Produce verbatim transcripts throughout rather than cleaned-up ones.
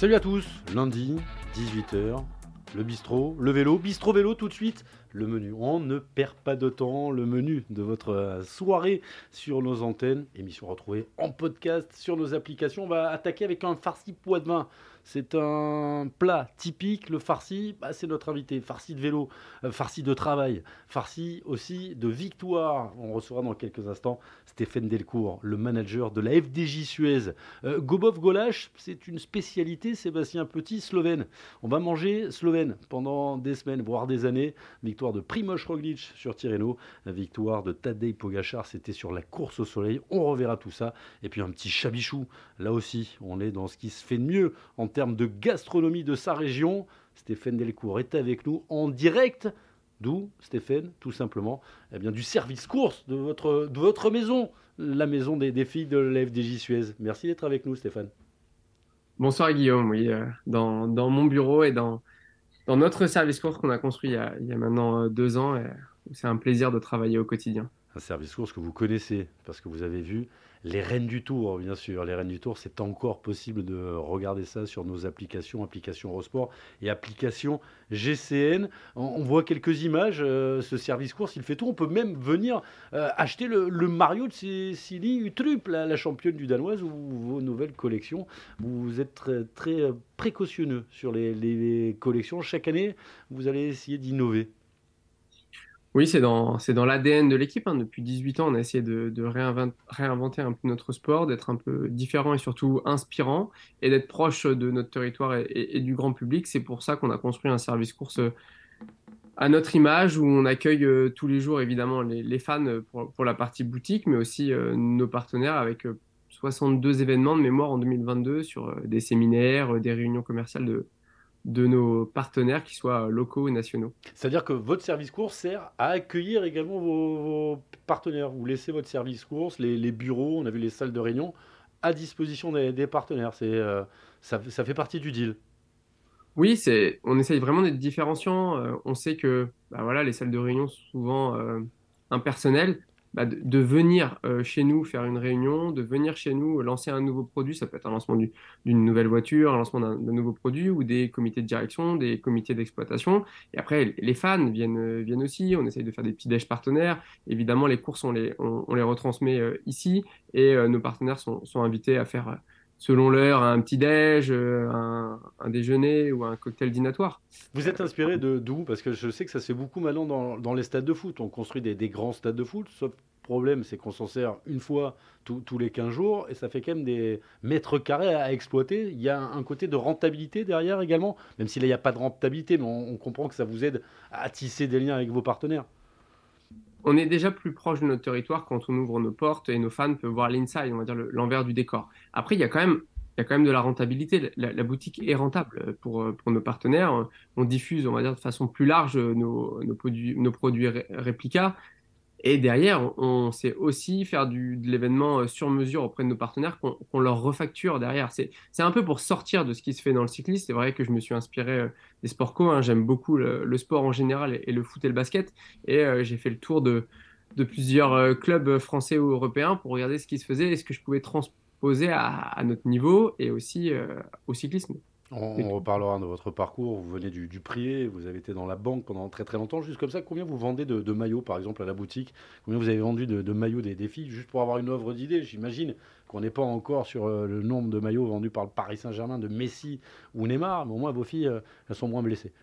Salut à tous, lundi, dix-huit heures, le bistrot, le vélo, bistrot vélo tout de suite, le menu. On ne perd pas de temps, le menu de votre soirée sur nos antennes, émission retrouvée en podcast sur nos applications. On va attaquer avec un farci pois de vin. C'est un plat typique, le farci, bah, c'est notre invité, farci de vélo, euh, farci de travail, farci aussi de victoire. On recevra dans quelques instants Stéphane Delcourt, le manager de la F D J Suez. Euh, Gobov Golaš, c'est une spécialité, Sébastien Petit, slovène. On va manger slovène pendant des semaines, voire des années. Victoire de Primož Roglič sur Tirreno, victoire de Tadej Pogačar, c'était sur la course au soleil. On reverra tout ça. Et puis un petit chabichou, là aussi, on est dans ce qui se fait de mieux en termes de gastronomie de sa région. Stéphane Delcourt est avec nous en direct. D'où, Stéphane, tout simplement, eh bien, du service course de votre, de votre maison, la maison des, des filles de la F D J Suez. Merci d'être avec nous, Stéphane. Bonsoir Guillaume, oui, euh, dans, dans mon bureau et dans, dans notre service course qu'on a construit il y a, il y a maintenant euh, deux ans. Et c'est un plaisir de travailler au quotidien. Un service course que vous connaissez, parce que vous avez vu les Reines du Tour, bien sûr. Les Reines du Tour, c'est encore possible de regarder ça sur nos applications, application Eurosport et application G C N. On, on voit quelques images, euh, ce service course, il fait tout. On peut même venir euh, acheter le, le maillot de Cécilie Utrup, la, la championne du Danoise, ou vos nouvelles collections. Vous êtes très, très précautionneux sur les, les collections. Chaque année, vous allez essayer d'innover. Oui, c'est dans, c'est dans l'A D N de l'équipe, hein. Depuis dix-huit ans, on a essayé de, de réinvent- réinventer un peu notre sport, d'être un peu différent et surtout inspirant et d'être proche de notre territoire et, et- et du grand public. C'est pour ça qu'on a construit un service course à notre image où on accueille euh, tous les jours évidemment les, les fans pour, pour la partie boutique, mais aussi euh, nos partenaires avec euh, soixante-deux événements de mémoire en deux mille vingt-deux sur euh, des séminaires, euh, des réunions commerciales de, de nos partenaires, qui soient locaux ou nationaux. C'est-à-dire que votre service course sert à accueillir également vos, vos partenaires. Vous laissez votre service course, les, les bureaux, on a vu les salles de réunion, à disposition des, des partenaires. C'est, euh, ça, ça fait partie du deal. Oui, c'est, on essaye vraiment d'être différenciant. Euh, on sait que bah voilà, les salles de réunion sont souvent euh, impersonnelles. Bah, de, de venir euh, chez nous faire une réunion, de venir chez nous lancer un nouveau produit, ça peut être un lancement du- d'une nouvelle voiture, un lancement d'un d'un nouveau produit ou des comités de direction, des comités d'exploitation. Et après, les fans viennent, euh, viennent aussi. On essaye de faire des petits déj partenaires. Évidemment, les courses, on les, on, on les retransmet euh, ici et euh, nos partenaires sont, sont invités à faire selon l'heure, un petit déj, euh, un, un déjeuner ou un cocktail dînatoire. Vous êtes inspiré de d'où? Parce que je sais que ça se fait beaucoup maintenant dans, dans les stades de foot. On construit des, des grands stades de foot. Sauf problème, c'est qu'on s'en sert une fois tous tous les quinze jours et ça fait quand même des mètres carrés à exploiter. Il y a un côté de rentabilité derrière également, même si là il n'y a pas de rentabilité, mais on, on comprend que ça vous aide à tisser des liens avec vos partenaires. On est déjà plus proche de notre territoire quand on ouvre nos portes et nos fans peuvent voir l'inside, on va dire le- l'envers du décor. Après, il y a quand même, il y a quand même de la rentabilité. La, la boutique est rentable pour, euh, pour nos partenaires. On diffuse, on va dire, de façon plus large nos, nos produits, nos produits ré- réplicas. Et derrière, on sait aussi faire du, de l'événement euh, sur mesure auprès de nos partenaires qu'on qu'on leur refacture derrière. C'est, c'est un peu pour sortir de ce qui se fait dans le cyclisme. C'est vrai que je me suis inspiré euh, des sports co, hein. J'aime beaucoup le, le sport en général et, et le foot et le basket. Et euh, j'ai fait le tour de, de plusieurs euh, clubs français ou européens pour regarder ce qui se faisait et ce que je pouvais transposer à, à notre niveau et aussi euh, au cyclisme. On, on reparlera de votre parcours. Vous venez du, du privé, vous avez été dans la banque pendant très très longtemps. Juste comme ça, combien vous vendez de, de maillots, par exemple, à la boutique? Combien vous avez vendu de, de maillots des, des filles? Juste pour avoir une œuvre d'idée, j'imagine qu'on n'est pas encore sur euh, le nombre de maillots vendus par le Paris Saint-Germain de Messi ou Neymar, mais au moins vos filles, euh, elles sont moins blessées.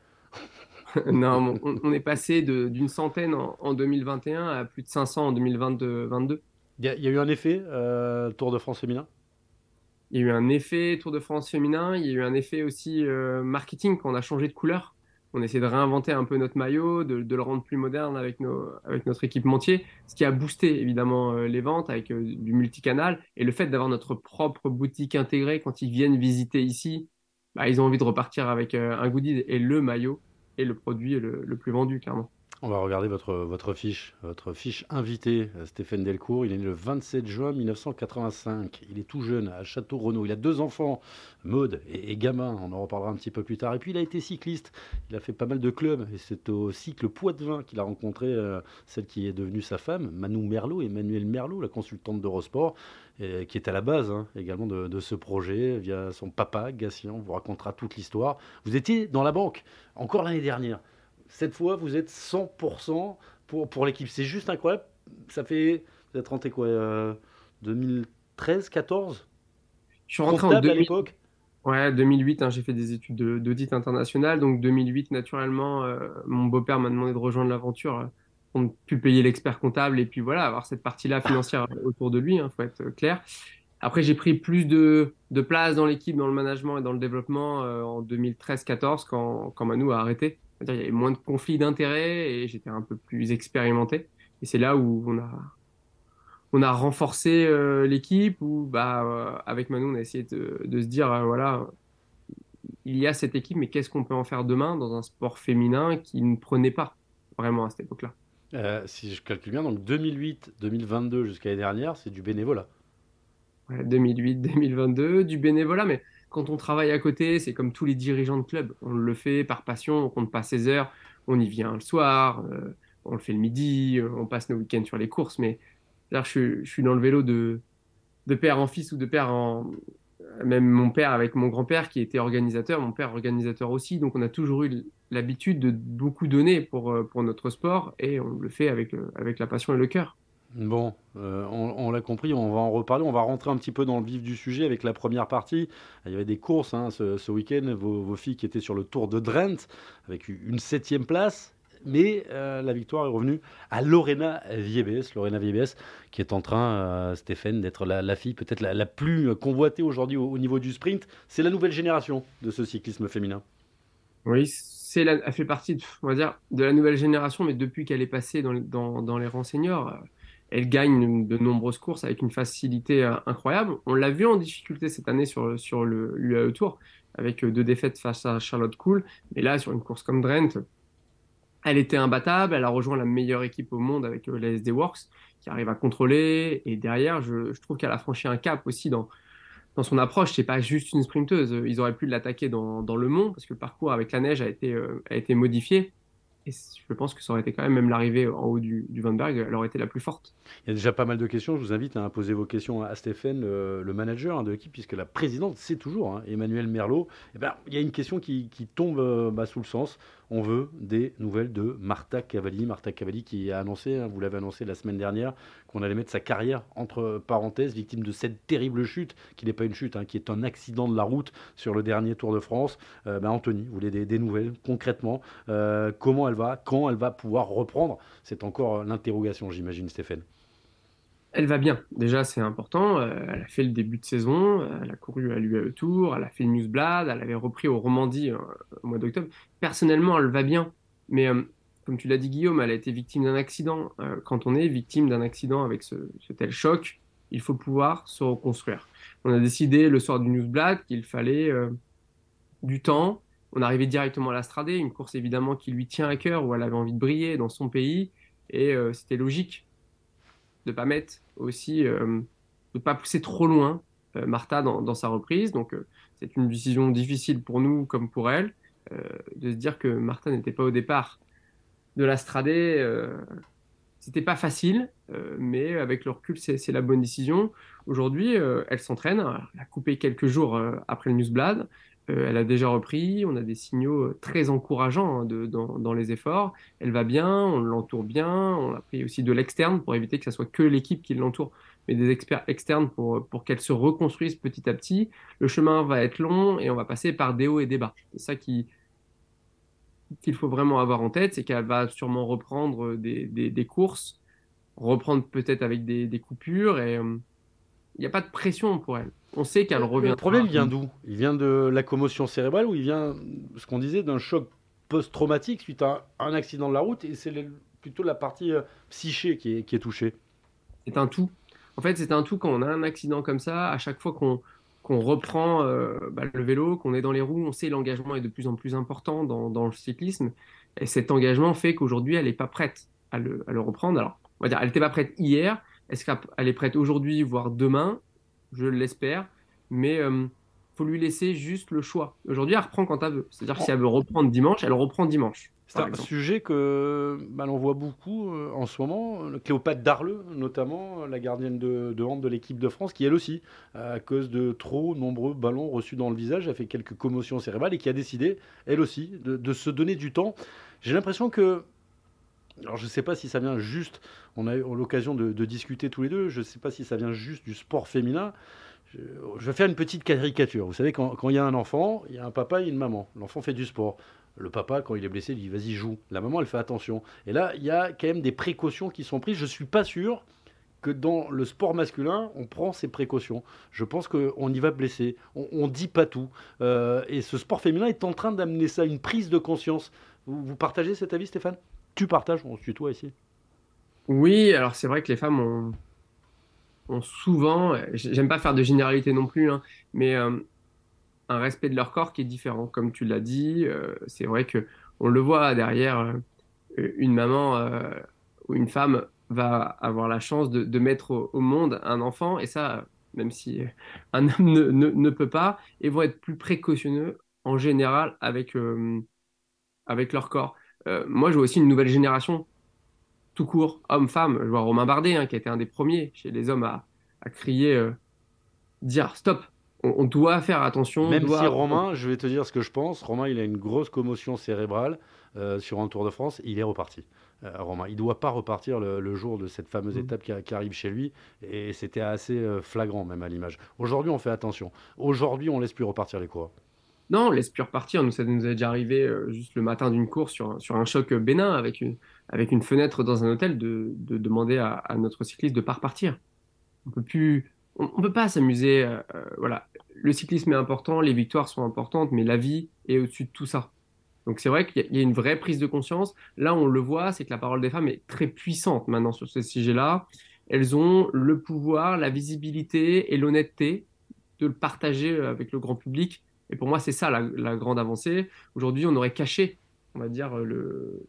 Non, on, on est passé de- d'une centaine en, en deux mille vingt et un à plus de cinq cents en deux mille vingt-deux. Il y, a il y a eu un effet, euh, Tour de France féminin? Il y a eu un effet Tour de France féminin, il y a eu un effet aussi euh, marketing quand on a changé de couleur. On essaie de réinventer un peu notre maillot, de, de le rendre plus moderne avec, nos, avec notre équipementier, ce qui a boosté évidemment euh, les ventes avec euh, du multicanal. Et le fait d'avoir notre propre boutique intégrée, quand ils viennent visiter ici, bah, ils ont envie de repartir avec euh, un goodie et le maillot et le produit le, le plus vendu, clairement. On va regarder votre, votre fiche, votre fiche invité, euh, Stéphane Delcourt. Il est né le vingt-sept juin mille neuf cent quatre-vingt-cinq. Il est tout jeune à Château-Renaud. Il a deux enfants, Maude et, et Gamin. On en reparlera un petit peu plus tard. Et puis il a été cycliste. Il a fait pas mal de clubs. Et c'est au cycle Poitevin qu'il a rencontré euh, celle qui est devenue sa femme, Manou Merlot, Emmanuelle Merlot, la consultante d'Eurosport, et, qui est à la base hein, également de, de ce projet via son papa, Gatien. On vous racontera toute l'histoire. Vous étiez dans la banque encore l'année dernière. Cette fois, vous êtes cent pour cent pour, pour l'équipe. C'est juste incroyable. Ça fait, vous êtes rentré quoi, euh, deux mille treize, quatorze. Je suis rentré en Comptable à deux mille, l'époque. ouais, deux mille huit, hein, j'ai fait des études de- d'audit international. Donc deux mille huit, naturellement, euh, mon beau-père m'a demandé de rejoindre l'aventure euh, pour ne plus payer l'expert comptable et puis voilà, avoir cette partie-là financière euh, autour de lui, il faut être euh, clair. Après, j'ai pris plus de, de place dans l'équipe, dans le management et dans le développement euh, en deux mille treize quatorze quand, quand Manu a arrêté. C'est-à-dire, il y avait moins de conflits d'intérêts et j'étais un peu plus expérimenté. Et c'est là où on a, on a renforcé euh, l'équipe, où bah, euh, avec Manu, on a essayé de, de se dire, euh, voilà, il y a cette équipe, mais qu'est-ce qu'on peut en faire demain dans un sport féminin qui ne prenait pas vraiment à cette époque-là. Euh, si je calcule bien, donc deux mille huit, deux mille vingt-deux jusqu'à l'année dernière, c'est du bénévolat. Ouais, deux mille huit, deux mille vingt-deux, du bénévolat, mais quand on travaille à côté, c'est comme tous les dirigeants de club. On le fait par passion, on compte pas ses heures, on y vient le soir, euh, on le fait le midi, euh, on passe nos week-ends sur les courses, mais là, je, suis- je suis dans le vélo de, de père en fils ou de père en... Même mon père avec mon grand-père qui était organisateur, mon père organisateur aussi, donc on a toujours eu l'habitude de beaucoup donner pour, euh, pour notre sport et on le fait avec, euh, avec la passion et le cœur. Bon, euh, on, on l'a compris, on va en reparler. On va rentrer un petit peu dans le vif du sujet avec la première partie. Il y avait des courses hein, ce, ce week-end. Vos, vos filles qui étaient sur le Tour de Drenthe avec une septième place. Mais euh, la victoire est revenue à Lorena Wiebes. Lorena Wiebes qui est en train, euh, Stéphane, d'être la, la fille peut-être la, la plus convoitée aujourd'hui au, au niveau du sprint. C'est la nouvelle génération de ce cyclisme féminin. Oui, c'est la- elle fait partie, de, on va dire, de la nouvelle génération, mais depuis qu'elle est passée dans, les- dans, dans les rangs seniors, euh, elle gagne de nombreuses courses avec une facilité euh, incroyable. On l'a vu en difficulté cette année sur, sur le l'U A E Tour, avec euh, deux défaites face à Charlotte Kool. Mais là, sur une course comme Drenthe, elle était imbattable. Elle a rejoint la meilleure équipe au monde avec euh, la S D Works, qui arrive à contrôler. Et derrière, je, je trouve qu'elle a franchi un cap aussi dans dans son approche, c'est pas juste une sprinteuse. Ils auraient pu l'attaquer dans, dans le mont parce que le parcours avec la neige a été, euh, a été modifié. Et je pense que ça aurait été quand même, même l'arrivée en haut du, du Van Berg, elle aurait été la plus forte. Il y a déjà pas mal de questions. Je vous invite à poser vos questions à Stéphane, le, le manager hein, de l'équipe, puisque la présidente, c'est toujours hein, Emmanuelle Merlot. Eh ben, il y a une question qui, qui tombe euh, bah, sous le sens. On veut des nouvelles de Marta Cavalli. Marta Cavalli qui a annoncé, hein, vous l'avez annoncé la semaine dernière, qu'on allait mettre sa carrière entre parenthèses, victime de cette terrible chute, qui n'est pas une chute, hein, qui est un accident de la route sur le dernier Tour de France. Euh, ben, Anthony, vous voulez des, des nouvelles concrètement euh, comment elle va, quand elle va pouvoir reprendre. C'est encore l'interrogation, j'imagine, Stéphane. Elle va bien. Déjà, c'est important. Euh, elle a fait le début de saison. euh, Elle a couru à l'U A E Tour. Elle a fait le Newsblad. Elle avait repris au Romandie euh, au mois d'octobre. Personnellement, elle va bien. Mais euh, comme tu l'as dit, Guillaume, elle a été victime d'un accident. Euh, quand on est victime d'un accident avec ce, ce tel choc, il faut pouvoir se reconstruire. On a décidé le soir du Newsblad qu'il fallait euh, du temps. On arrivait directement à la Stradé, une course évidemment qui lui tient à cœur, où elle avait envie de briller dans son pays. Et euh, c'était logique de pas mettre aussi, euh, de pas pousser trop loin euh, Martha dans, dans sa reprise. Donc euh, c'est une décision difficile pour nous comme pour elle, euh, de se dire que Martha n'était pas au départ de la Stradé. Euh, c'était pas facile, euh, mais avec le recul, c'est c'est la bonne décision. Aujourd'hui, euh, elle s'entraîne. Elle a coupé quelques jours euh, après le Newsblad. Euh, elle a déjà repris. On a des signaux euh, très encourageants hein, de, dans, dans les efforts. Elle va bien, on l'entoure bien. On a pris aussi de l'externe pour éviter que ce soit que l'équipe qui l'entoure, mais des experts externes pour, pour qu'elle se reconstruise petit à petit. Le chemin va être long et on va passer par des hauts et des bas. C'est ça qui, qu'il faut vraiment avoir en tête, c'est qu'elle va sûrement reprendre des, des, des courses, reprendre peut-être avec des, des coupures, et euh, il n'y a pas de pression pour elle. On sait qu'elle Le problème, reviendra. il vient d'où? Il vient de la commotion cérébrale ou il vient, ce qu'on disait, d'un choc post-traumatique suite à un accident de la route et c'est le- plutôt la partie euh, psyché qui est, qui est touchée. C'est un tout. En fait, c'est un tout quand on a un accident comme ça, à chaque fois qu'on qu'on reprend euh, bah, le vélo, qu'on est dans les roues, on sait l'engagement est de plus en plus important dans, dans le cyclisme. Et cet engagement fait qu'aujourd'hui, elle n'est pas prête à le, à le reprendre. Alors, on va dire, elle n'était pas prête hier. Est-ce qu'elle est prête aujourd'hui, voire demain? Je l'espère. Mais il faut lui laisser juste le choix. Aujourd'hui, elle reprend quand elle veut. C'est-à-dire que si elle veut reprendre dimanche, elle reprend dimanche, C'est par un exemple. sujet que bah, l'on voit beaucoup euh, en ce moment. euh, Cléopâtre Darleux, notamment, euh, la gardienne de, de hand de l'équipe de France, qui elle aussi, à cause de trop nombreux ballons reçus dans le visage, a fait quelques commotions cérébrales et qui a décidé, elle aussi, de, de se donner du temps. J'ai l'impression que, alors je ne sais pas si ça vient juste, on a eu l'occasion de, de discuter tous les deux, je ne sais pas si ça vient juste du sport féminin. Je, je vais faire une petite caricature. Vous savez, quand quand il y a un enfant, il y a un papa et une maman. L'enfant fait du sport. Le papa, quand il est blessé, il dit vas-y, joue. La maman, elle fait attention. Et là, il y a quand même des précautions qui sont prises. Je ne suis pas sûr que dans le sport masculin, on prend ces précautions. Je pense qu'on y va blesser. On ne dit pas tout. Euh, et ce sport féminin est en train d'amener ça, une prise de conscience. Vous, vous partagez cet avis, Stéphane? Tu partages, on se tutoie ici. Oui, alors c'est vrai que les femmes ont, ont souvent, j'aime pas faire de généralité non plus, hein, mais euh, un respect de leur corps qui est différent. Comme tu l'as dit, euh, c'est vrai que on le voit derrière, euh, une maman euh, ou une femme va avoir la chance de, de mettre au, au monde un enfant, et ça, même si un homme ne, ne, ne peut pas, et vont être plus précautionneux en général avec, euh, avec leur corps. Euh, moi, je vois aussi une nouvelle génération, tout court, homme-femme. Je vois Romain Bardet, hein, qui a été un des premiers chez les hommes à, à crier, euh, dire stop, on, on doit faire attention, on Même si doit... Romain, je vais te dire ce que je pense, Romain, il a une grosse commotion cérébrale euh, sur un Tour de France, il est reparti. Euh, Romain, il ne doit pas repartir le, le jour de cette fameuse étape qui, qui arrive chez lui, et c'était assez euh, flagrant même à l'image. Aujourd'hui, on fait attention. Aujourd'hui, on laisse plus repartir les coureurs. Non, on laisse plus repartir. Nous, ça nous est déjà arrivé euh, juste le matin d'une course sur un, sur un choc bénin avec une, avec une fenêtre dans un hôtel de, de demander à, à notre cycliste de pas repartir. On peut plus, on, on peut pas s'amuser. Euh, euh, voilà, le cyclisme est important, les victoires sont importantes, mais la vie est au-dessus de tout ça. Donc c'est vrai qu'il y, a il y a une vraie prise de conscience. Là, on le voit, c'est que la parole des femmes est très puissante maintenant sur ce sujet-là. Elles ont le pouvoir, la visibilité et l'honnêteté de le partager euh, avec le grand public. Et pour moi, c'est ça la, la grande avancée. Aujourd'hui, on aurait caché, on va dire, le,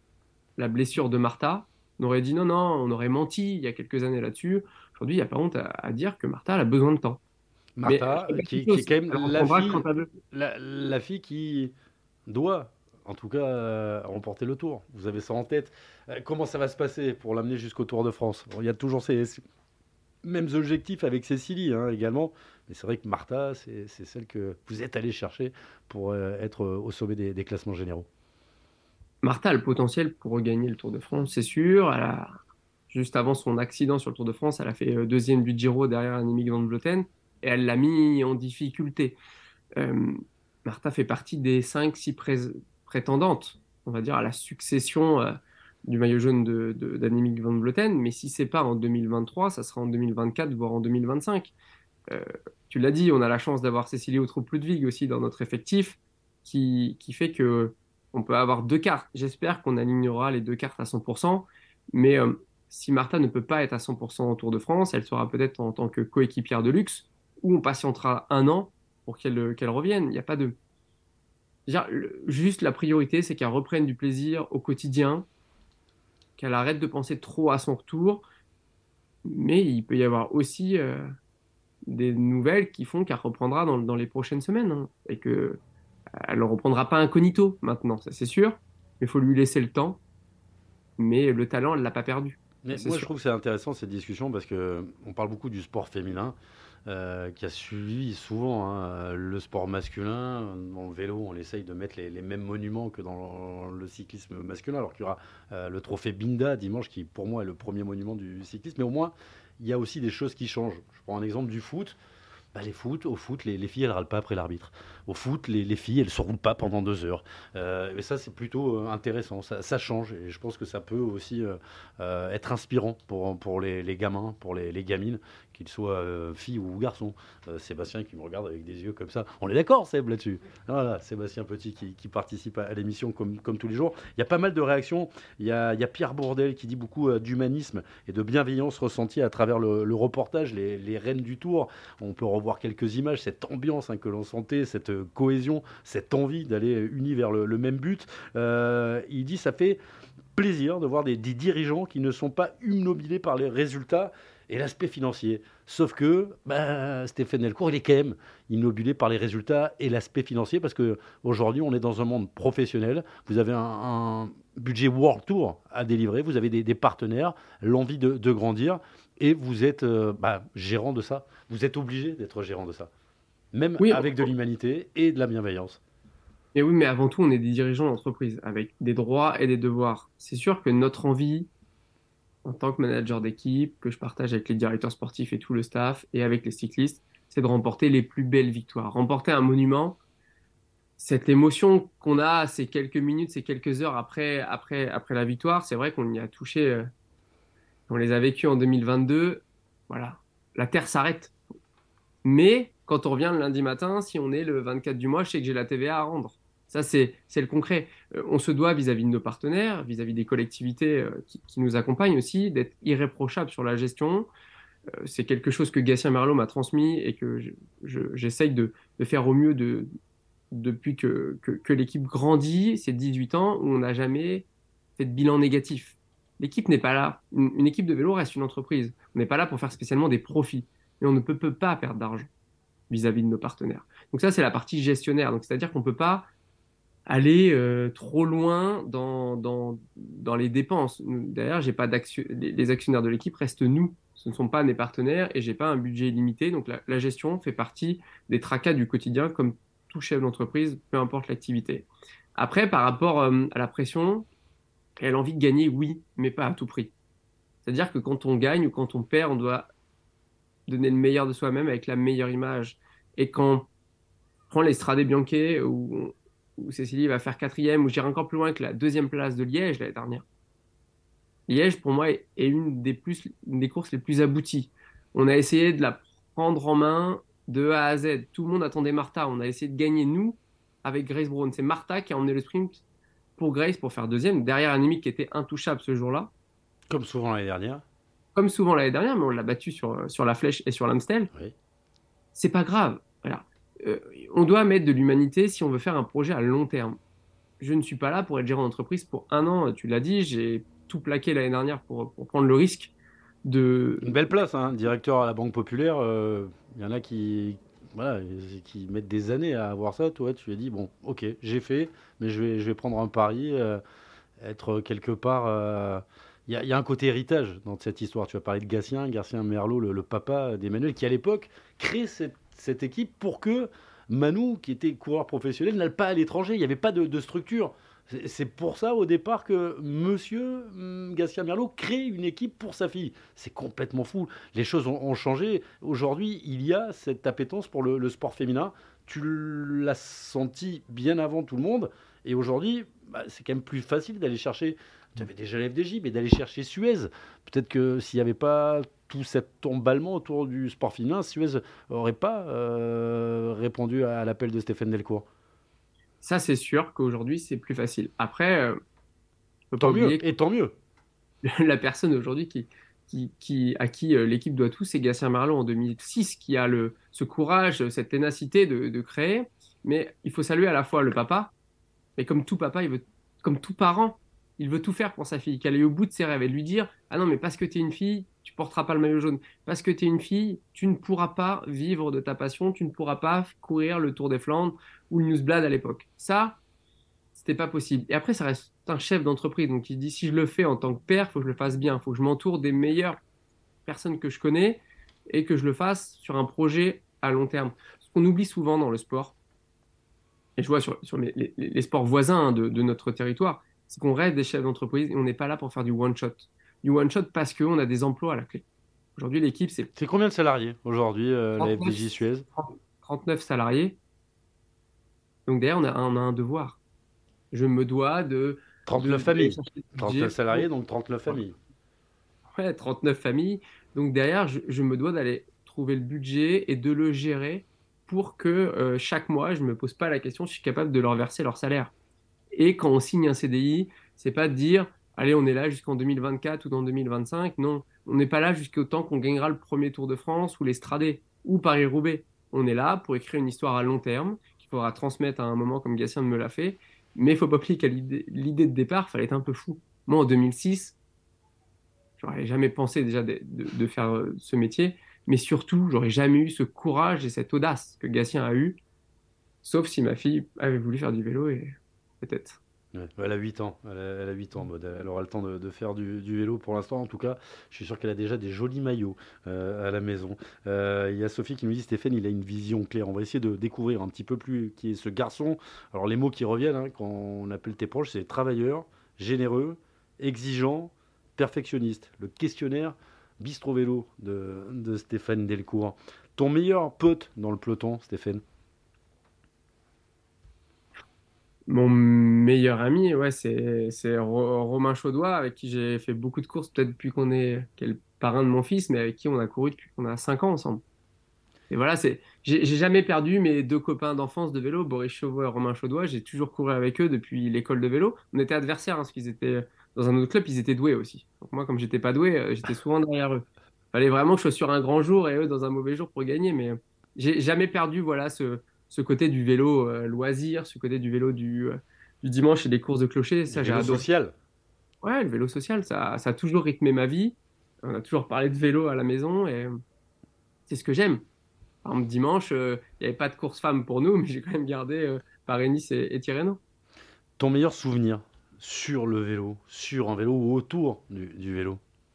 la blessure de Martha. On aurait dit non, non, on aurait menti il y a quelques années là-dessus. Aujourd'hui, il n'y a pas honte à, à dire que Martha elle a besoin de temps. Mais je Martha, sais pas qui, qui est chose, quand même elle la reprendra quand fille, elle veut. la, la fille qui doit, en tout cas, euh, remporter le Tour. Vous avez ça en tête. Euh, comment ça va se passer pour l'amener jusqu'au Tour de France? Bon, il y a toujours ces, ces mêmes objectifs avec Cécilie hein, également. Mais c'est vrai que Martha, c'est c'est celle que vous êtes allé chercher pour euh, être euh, au sommet des, des classements généraux. Martha a le potentiel pour regagner le Tour de France, c'est sûr. Elle a, juste avant son accident sur le Tour de France, elle a fait euh, deuxième du Giro derrière Annemiek van Vleuten et elle l'a mis en difficulté. Euh, Martha fait partie des cinq six prétendantes, on va dire, à la succession euh, du maillot jaune de, de, d'Annemiek van Vleuten. Mais si c'est pas en deux mille vingt-trois, ça sera en deux mille vingt-quatre, voire en deux mille vingt-cinq. Euh, Tu l'as dit, on a la chance d'avoir Cécilie Autrou-Ludwig aussi dans notre effectif, qui, qui fait que on peut avoir deux cartes. J'espère qu'on alignera les deux cartes à cent pour cent, mais euh, si Martha ne peut pas être à cent pour cent au Tour de France, elle sera peut-être en tant que coéquipière de luxe, ou on patientera un an pour qu'elle qu'elle revienne. Il n'y a pas de... Déjà, le- juste la priorité, c'est qu'elle reprenne du plaisir au quotidien, qu'elle arrête de penser trop à son retour, mais il peut y avoir aussi euh, des nouvelles qui font qu'elle reprendra dans, dans les prochaines semaines, hein, et que euh, elle ne reprendra pas incognito maintenant, ça c'est sûr. Mais il faut lui laisser le temps. Mais le talent, elle l'a pas perdu, ça Mais c'est moi, je sûr. trouve que c'est intéressant cette discussion parce que on parle beaucoup du sport féminin euh, qui a suivi souvent hein, le sport masculin. Dans le vélo, on essaye de mettre les, les mêmes monuments que dans le cyclisme masculin, alors qu'il y aura euh, le trophée Binda dimanche qui, pour moi, est le premier monument du cyclisme. Mais au moins, il y a aussi des choses qui changent. Je prends un exemple du foot. Bah, les foot, au foot, les, les filles, elles râlent pas après l'arbitre. Au foot, les, les filles, elles se roulent pas pendant deux heures. Euh, et ça, c'est plutôt euh, intéressant. Ça, ça change. Et je pense que ça peut aussi euh, euh, être inspirant pour, pour les, les gamins, pour les, les gamines, qu'il soit euh, fille ou garçon. Euh, Sébastien qui me regarde avec des yeux comme ça. On est d'accord, Seb, là-dessus. Voilà, Sébastien Petit qui, qui participe à, à l'émission comme, comme tous les jours. Il y a pas mal de réactions. Il y a, il y a Pierre Bourdel qui dit beaucoup euh, d'humanisme et de bienveillance ressentie à travers le, le reportage, les, les Reines du Tour. On peut revoir quelques images, cette ambiance hein, que l'on sentait, cette euh, cohésion, cette envie d'aller unis vers le, le même but. Euh, il dit ça fait plaisir de voir des, des dirigeants qui ne sont pas humnobilés par les résultats et l'aspect financier. Sauf que bah, Stéphane Delcourt, il est quand même immobilé par les résultats et l'aspect financier parce qu'aujourd'hui, on est dans un monde professionnel. Vous avez un, un budget World Tour à délivrer, vous avez des, des partenaires, l'envie de, de grandir et vous êtes euh, bah, gérant de ça. Vous êtes obligé d'être gérant de ça, même Oui, avec de l'humanité et de la bienveillance. mais oui, mais avant tout, on est des dirigeants d'entreprise avec des droits et des devoirs. C'est sûr que notre envie, en tant que manager d'équipe, que je partage avec les directeurs sportifs et tout le staff et avec les cyclistes, c'est de remporter les plus belles victoires. Remporter un monument, cette émotion qu'on a ces quelques minutes, ces quelques heures après, après, après la victoire, c'est vrai qu'on y a touché, euh, on les a vécus en deux mille vingt-deux. Voilà, la Terre s'arrête. Mais quand on revient le lundi matin, si on est le vingt-quatre du mois, je sais que j'ai la T V A à rendre. Ça, c'est, c'est le concret. Euh, on se doit vis-à-vis de nos partenaires, vis-à-vis des collectivités euh, qui, qui nous accompagnent aussi, d'être irréprochable sur la gestion. Euh, c'est quelque chose que Gatien Merlot m'a transmis et que je- je- j'essaye de, de faire au mieux de, depuis que, que, que l'équipe grandit, ces dix-huit ans, où on n'a jamais fait de bilan négatif. L'équipe n'est pas là. Une, une équipe de vélo reste une entreprise. On n'est pas là pour faire spécialement des profits. Et on ne peut, peut pas perdre d'argent vis-à-vis de nos partenaires. Donc ça, c'est la partie gestionnaire. Donc c'est-à-dire qu'on ne peut pas aller euh, trop loin dans, dans, dans les dépenses. D'ailleurs, j'ai pas d'action... les, les actionnaires de l'équipe restent nous. Ce ne sont pas mes partenaires et j'ai pas un budget illimité. Donc la, la gestion fait partie des tracas du quotidien comme tout chef d'entreprise, peu importe l'activité. Après, par rapport euh, à la pression et à l'envie de gagner, oui, mais pas à tout prix. C'est-à-dire que quand on gagne ou quand on perd, on doit donner le meilleur de soi-même avec la meilleure image. Et quand on prend l'Estrade Bianche où, où Cécilie va faire quatrième, où j'irai encore plus loin que la deuxième place de Liège l'année dernière. Liège, pour moi, est une des, plus, une des courses les plus abouties. On a essayé de la prendre en main de A à Z. Tout le monde attendait Martha. On a essayé de gagner, nous, avec Grace Brown. C'est Martha qui a emmené le sprint pour Grace pour faire deuxième, derrière un ennemi qui était intouchable ce jour-là. Comme souvent l'année dernière. Comme souvent l'année dernière, mais on l'a battu sur, sur la Flèche et sur l'Amstel. Oui. C'est pas grave. Voilà. Euh, on doit mettre de l'humanité si on veut faire un projet à long terme. Je ne suis pas là pour être gérant d'entreprise pour un an. Tu l'as dit, j'ai tout plaqué l'année dernière pour, pour prendre le risque de... Une belle place, hein, directeur à la Banque Populaire. Il euh, y en a qui, voilà, qui mettent des années à avoir ça. Toi, tu as dit, bon, ok, j'ai fait, mais je vais, je vais prendre un pari, euh, être quelque part... euh, Il y, a- il y a un côté héritage dans cette histoire. Tu as parlé de Gatien, Gatien Merlot, le, le papa d'Emmanuel, qui à l'époque crée cette, cette équipe pour que Manu, qui était coureur professionnel, n'aille pas à l'étranger. Il n'y avait pas de, de structure. C'est c'est pour ça au départ que monsieur hum, Gatien Merlot crée une équipe pour sa fille. C'est complètement fou. Les choses ont, ont changé. Aujourd'hui, il y a cette appétence pour le, le sport féminin. Tu l'as senti bien avant tout le monde. Et aujourd'hui, bah, c'est quand même plus facile d'aller chercher. Tu avais déjà l'F D J, mais d'aller chercher Suez. Peut-être que s'il n'y avait pas tout cet emballement autour du sport féminin, Suez n'aurait pas euh, répondu à l'appel de Stéphane Delcourt. Ça, c'est sûr qu'aujourd'hui, c'est plus facile. Après, euh, je peux pas Tant mieux, oublier et tant mieux. que la personne aujourd'hui qui, qui, qui, à qui euh, l'équipe doit tout, c'est Gatien Merlot en deux mille six, qui a le, ce courage, cette ténacité de, de créer. Mais il faut saluer à la fois le papa, mais comme tout papa, il veut, comme tout parent, il veut tout faire pour sa fille, qu'elle aille au bout de ses rêves et de lui dire, ah non, mais parce que tu es une fille, tu porteras pas le maillot jaune. Parce que tu es une fille, tu ne pourras pas vivre de ta passion, tu ne pourras pas courir le Tour des Flandres ou le Newsblad à l'époque. Ça, c'était pas possible. Et après, ça reste un chef d'entreprise. Donc, il dit, si je le fais en tant que père, il faut que je le fasse bien. Il faut que je m'entoure des meilleures personnes que je connais et que je le fasse sur un projet à long terme. Ce qu'on oublie souvent dans le sport, et je vois sur, sur les, les- les sports voisins hein, de, de notre territoire, c'est qu'on reste des chefs d'entreprise et on n'est pas là pour faire du one-shot. Du one-shot parce qu'on a des emplois à la clé. Aujourd'hui, l'équipe, c'est C'est combien de salariés aujourd'hui, euh, la trente-neuf, F D J Suez? trente-neuf salariés. Donc derrière, on a, on a un devoir. Je me dois de, de, trente-neuf d'aller familles. chercher le budget trente-neuf salariés, pour donc trente-neuf familles. ouais, trente-neuf familles. Donc derrière, je, je me dois d'aller trouver le budget et de le gérer pour que euh, chaque mois, je ne me pose pas la question, je suis capable de leur verser leur salaire. Et quand on signe un C D I, c'est pas de dire, allez, on est là jusqu'en deux mille vingt-quatre ou dans deux mille vingt-cinq. Non, on n'est pas là jusqu'au temps qu'on gagnera le premier Tour de France ou l'Estradé ou Paris-Roubaix. On est là pour écrire une histoire à long terme qu'il faudra transmettre à un moment comme Gatien me l'a fait. Mais il faut pas oublier qu'à l'idée l'idée de départ, fallait être un peu fou. Moi, en deux mille six, j'aurais jamais pensé déjà de, de- de faire euh, ce métier, mais surtout, j'aurais jamais eu ce courage et cette audace que Gatien a eu, sauf si ma fille avait voulu faire du vélo et peut-être. Ouais, elle a huit ans, elle a, elle a huit ans, Maud. Elle aura le temps de, de faire du, du vélo pour l'instant. En tout cas, je suis sûr qu'elle a déjà des jolis maillots euh, à la maison. Euh, Il y a Sophie qui nous dit, Stéphane, il a une vision claire. On va essayer de découvrir un petit peu plus qui est ce garçon. Alors les mots qui reviennent hein, quand on appelle tes proches, c'est travailleur, généreux, exigeant, perfectionniste. Le questionnaire Bistro Vélo de, de Stéphane Delcourt. Ton meilleur pote dans le peloton, Stéphane? Mon meilleur ami, ouais, c'est c'est Ro- Romain Chaudois, avec qui j'ai fait beaucoup de courses, peut-être depuis qu'on est, qui est le parrain de mon fils, mais avec qui on a couru depuis qu'on a cinq ans ensemble. Et voilà, c'est, j'ai j'ai jamais perdu mes deux copains d'enfance de vélo, Boris Chauveau et Romain Chaudois. J'ai toujours couru avec eux depuis l'école de vélo. On était adversaires, hein, parce qu'ils étaient dans un autre club, ils étaient doués aussi. Donc moi, comme j'étais pas doué, euh, j'étais souvent derrière eux. Fallait vraiment que je sois sur un grand jour et eux dans un mauvais jour pour gagner, mais j'ai jamais perdu, voilà, ce, ce côté du vélo euh, loisir, ce côté du vélo du, euh, du dimanche et des courses de clocher. Du Ça, j'ai vélo adoré. social. Ouais, le vélo social, ça, ça a toujours rythmé ma vie. On a toujours parlé de vélo à la maison et c'est ce que j'aime. Par exemple, dimanche, euh, il n'y avait pas de course femme pour nous, mais j'ai quand même gardé euh, Paris-Nice et, et Tirreno. Ton meilleur souvenir sur le vélo, sur un vélo ou autour du, du vélo?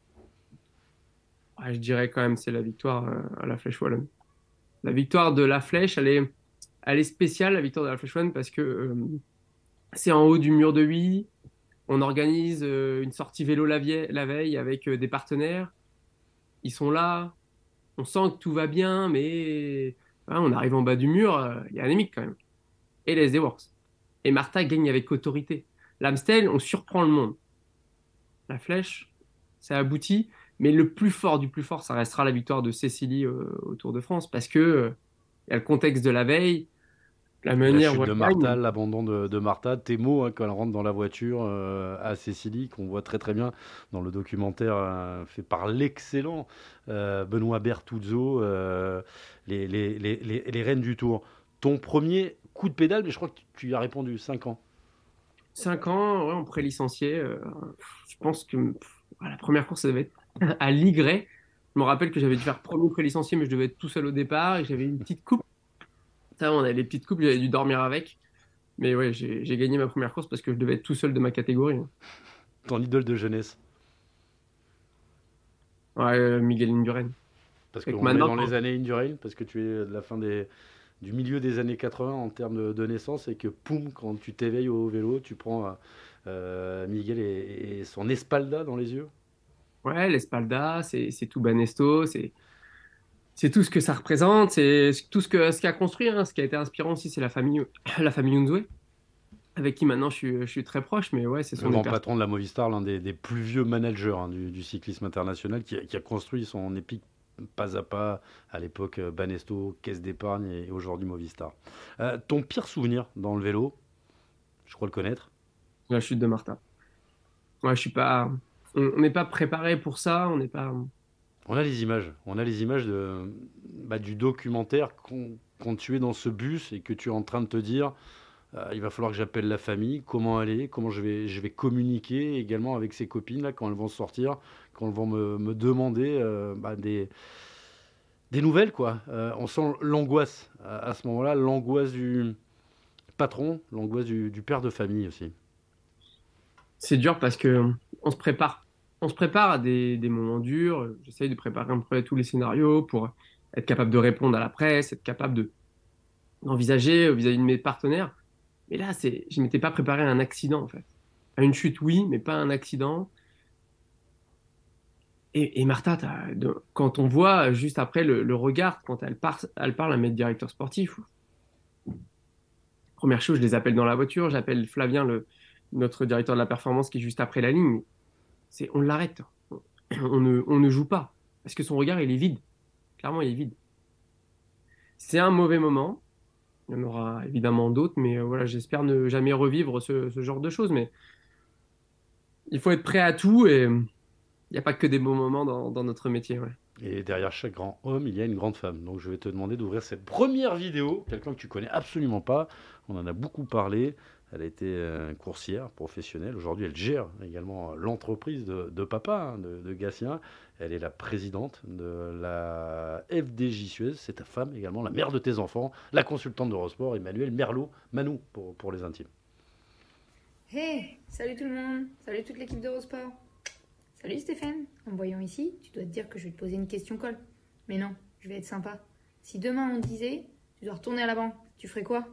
Ouais, je dirais quand même c'est la victoire euh, à la Flèche Wallonne. La victoire de la Flèche, elle est, elle est spéciale, la victoire de la Flèche Wallonne, parce que euh, c'est en haut du mur de Huy. On organise euh, une sortie vélo la, vie- la veille avec euh, des partenaires. Ils sont là. On sent que tout va bien, mais voilà, on arrive en bas du mur, euh, il y a un ennemi quand même. Et les S D Works. Et Martha gagne avec autorité. L'Amstel, on surprend le monde. La Flèche, ça aboutit. Mais le plus fort du plus fort, ça restera la victoire de Cécilie euh, au Tour de France. Parce que euh, il y a le contexte de la veille, la La manière chute où de elle Martha, gagne. l'abandon de, de Martha, tes mots hein, quand elle rentre dans la voiture euh, à Cécilie, qu'on voit très très bien dans le documentaire euh, fait par l'excellent euh, Benoît Bertuzzo, euh, les, les, les, les, les reines du Tour. Ton premier coup de pédale, mais je crois que tu y as répondu, cinq ans. Cinq ans, ouais, on pré-licencié. Euh, je pense que pff, la première course, ça devait être à Ligré. Je me rappelle que j'avais dû faire premier pré-licencié, mais je devais être tout seul au départ et que j'avais une petite coupe. Ça, on avait les petites coupes, j'avais dû dormir avec. Mais ouais, j'ai j'ai gagné ma première course parce que je devais être tout seul de ma catégorie. Ton idole de jeunesse. Ouais, euh, Miguel Indurain. Parce Avec qu'on est maintenant, dans les années Indurain, parce que tu es de la fin des, du milieu des années quatre-vingts en termes de, de naissance, et que poum, quand tu t'éveilles au vélo, tu prends euh, Miguel et, et son espalda dans les yeux. ouais, l'Espalda, c'est c'est tout Banesto, c'est c'est tout ce que ça représente, c'est tout ce que ce qu'a construit, hein. Ce qui a été inspirant aussi, c'est la famille la famille Unzué, avec qui maintenant je suis, je suis très proche, mais ouais, ce Le sont des grand personnes. patron de la Movistar, l'un des, des plus vieux managers hein, du, du cyclisme international, qui a, qui a construit son épique pas à pas à l'époque euh, Banesto, Caisse d'épargne et aujourd'hui Movistar. Euh, ton pire souvenir dans le vélo, je crois le connaître. La chute de Martha. Ouais, je suis pas. On on n'est pas préparé pour ça. On n'est pas. On a les images, on a les images de, bah, du documentaire qu'on- quand tu es dans ce bus et que tu es en train de te dire euh, il va falloir que j'appelle la famille, comment aller, comment je vais, je vais communiquer également avec ses copines là, quand elles vont sortir, quand elles vont me, me demander euh, bah, des, des nouvelles. Quoi. Euh, on sent l'angoisse à, à ce moment-là, l'angoisse du patron, l'angoisse du, du père de famille aussi. C'est dur parce que on se prépare. On se prépare à des, des moments durs. J'essaye de préparer un peu tous les scénarios pour être capable de répondre à la presse, être capable de d'envisager vis-à-vis de mes partenaires. Mais là, c'est, je m'étais pas préparé à un accident en fait. À une chute, oui, mais pas à un accident. Et, et Martha, t'as- de- quand on voit juste après le, le regard, quand elle, part, elle parle à mes directeurs sportifs, première chose, je les appelle dans la voiture, j'appelle Flavien, le, notre directeur de la performance qui est juste après la ligne. C'est, on l'arrête. On ne, on ne joue pas. parce que son regard, il est vide. Clairement, il est vide. C'est un mauvais moment. Il y en aura évidemment d'autres, mais euh, voilà, j'espère ne jamais revivre ce, ce genre de choses. Mais il faut être prêt à tout et il n'y a pas que des bons moments dans, dans notre métier. Ouais. Et derrière chaque grand homme, il y a une grande femme. Donc je vais te demander d'ouvrir cette première vidéo, quelqu'un que tu connais absolument pas. On en a beaucoup parlé. Elle a été euh, coursière professionnelle. Aujourd'hui, elle gère également l'entreprise de, de papa, hein, de, de Gatien. Elle est la présidente de la F D J Suez. C'est ta femme également, la mère de tes enfants, la consultante d'Eurosport, Emmanuelle Merlot, Manou pour, pour les intimes. Hey, salut tout le monde, salut toute l'équipe d'Eurosport. Salut Stéphane, en me voyant ici, tu dois te dire que je vais te poser une question colle. Mais non, je vais être sympa. Si demain on te disait, tu dois retourner à la banque, tu ferais quoi?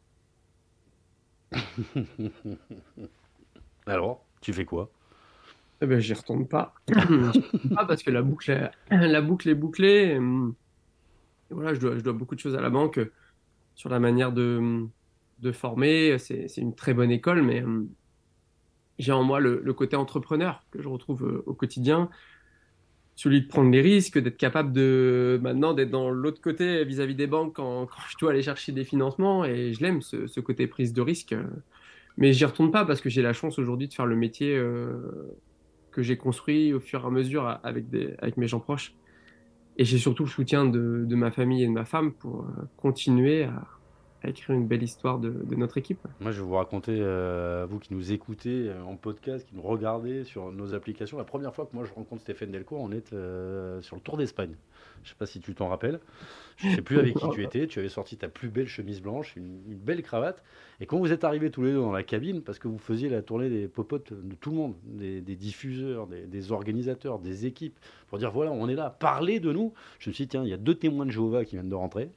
Alors, tu fais quoi? Eh ben, j'y retourne pas. J'y retourne pas parce que la boucle est, la boucle est bouclée. Et, hum, et voilà, je dois, je dois beaucoup de choses à la banque euh, sur la manière de, de former. C'est, c'est une très bonne école, mais hum, j'ai en moi le, le côté entrepreneur que je retrouve euh, au quotidien, celui de prendre les risques, d'être capable de maintenant d'être dans l'autre côté vis-à-vis des banques quand, quand je dois aller chercher des financements. Et je l'aime, ce, ce côté prise de risque. Mais j'y retourne pas parce que j'ai la chance aujourd'hui de faire le métier euh, que j'ai construit au fur et à mesure a- avec des, avec mes gens proches. Et j'ai surtout le soutien de, de ma famille et de ma femme pour euh, continuer à, à écrire une belle histoire de, de notre équipe. Moi, je vais vous raconter, euh, vous qui nous écoutez euh, en podcast, qui nous regardez sur nos applications, la première fois que moi je rencontre Stéphane Delcourt, on est euh, sur le Tour d'Espagne. Je ne sais pas si tu t'en rappelles. Je ne sais plus avec qui tu étais. Tu avais sorti ta plus belle chemise blanche, une, une belle cravate. Et quand vous êtes arrivés tous les deux dans la cabine, parce que vous faisiez la tournée des popotes de tout le monde, des, des diffuseurs, des, des organisateurs, des équipes, pour dire voilà, on est là, parlez de nous. Je me suis dit, tiens, il y a deux témoins de Jéhovah qui viennent de rentrer.